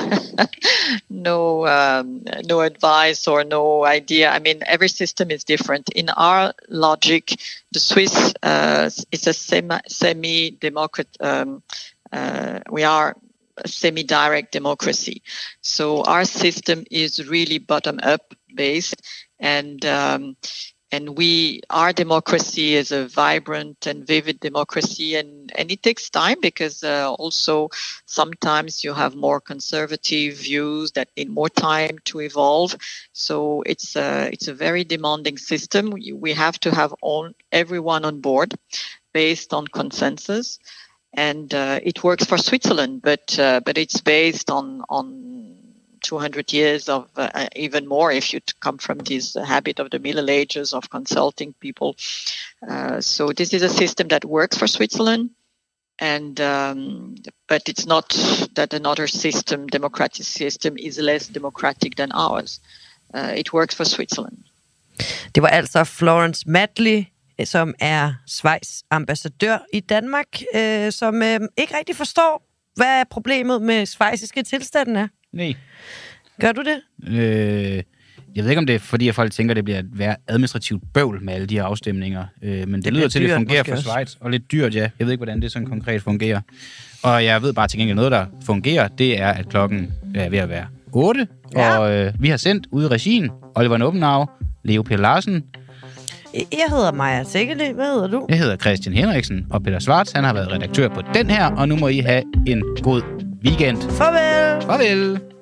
no um, no advice or no idea. I mean, every system is different. In our logic, the Swiss uh, is a semi semi-democrat. Um, uh, we are a semi-direct democracy, so our system is really bottom-up based, and um, and we our democracy is a vibrant and vivid democracy, and, and it takes time because uh, also sometimes you have more conservative views that need more time to evolve. So it's a, it's a very demanding system. We, we have to have all, everyone on board based on consensus, and uh, it works for Switzerland, but uh, but it's based on on two hundred years of uh, even more if you come from this habit of the Middle Ages of consulting people. Uh, so this is a system that works for Switzerland, and um, but it's not that another system, democratic system, is less democratic than ours. Uh, it works for Switzerland. Det var altså Florence Matley som er Schweiz ambassadør i Danmark, øh, som øh, ikke rigtig forstår, hvad problemet med schweiziske tilstanden er. Nej. Gør du det? Øh, jeg ved ikke, om det er, fordi at folk tænker, at det bliver et være administrativt bøvl med alle de her afstemninger. Øh, men det, det lyder til, at det fungerer for Schweiz. Og lidt dyrt, ja. Jeg ved ikke, hvordan det sådan konkret fungerer. Og jeg ved bare til gengæld noget, der fungerer. Det er, at klokken er ved at være otte. Ja. Og øh, vi har sendt ude i regien Oliver Noppenau, Leo Peter Larsen. Jeg hedder Maja Tækkeli. Hvad hedder du? Jeg hedder Christian Henriksen, og Peter Schwartz, han har været redaktør på den her, og nu må I have en god weekend. Farvel! Farvel!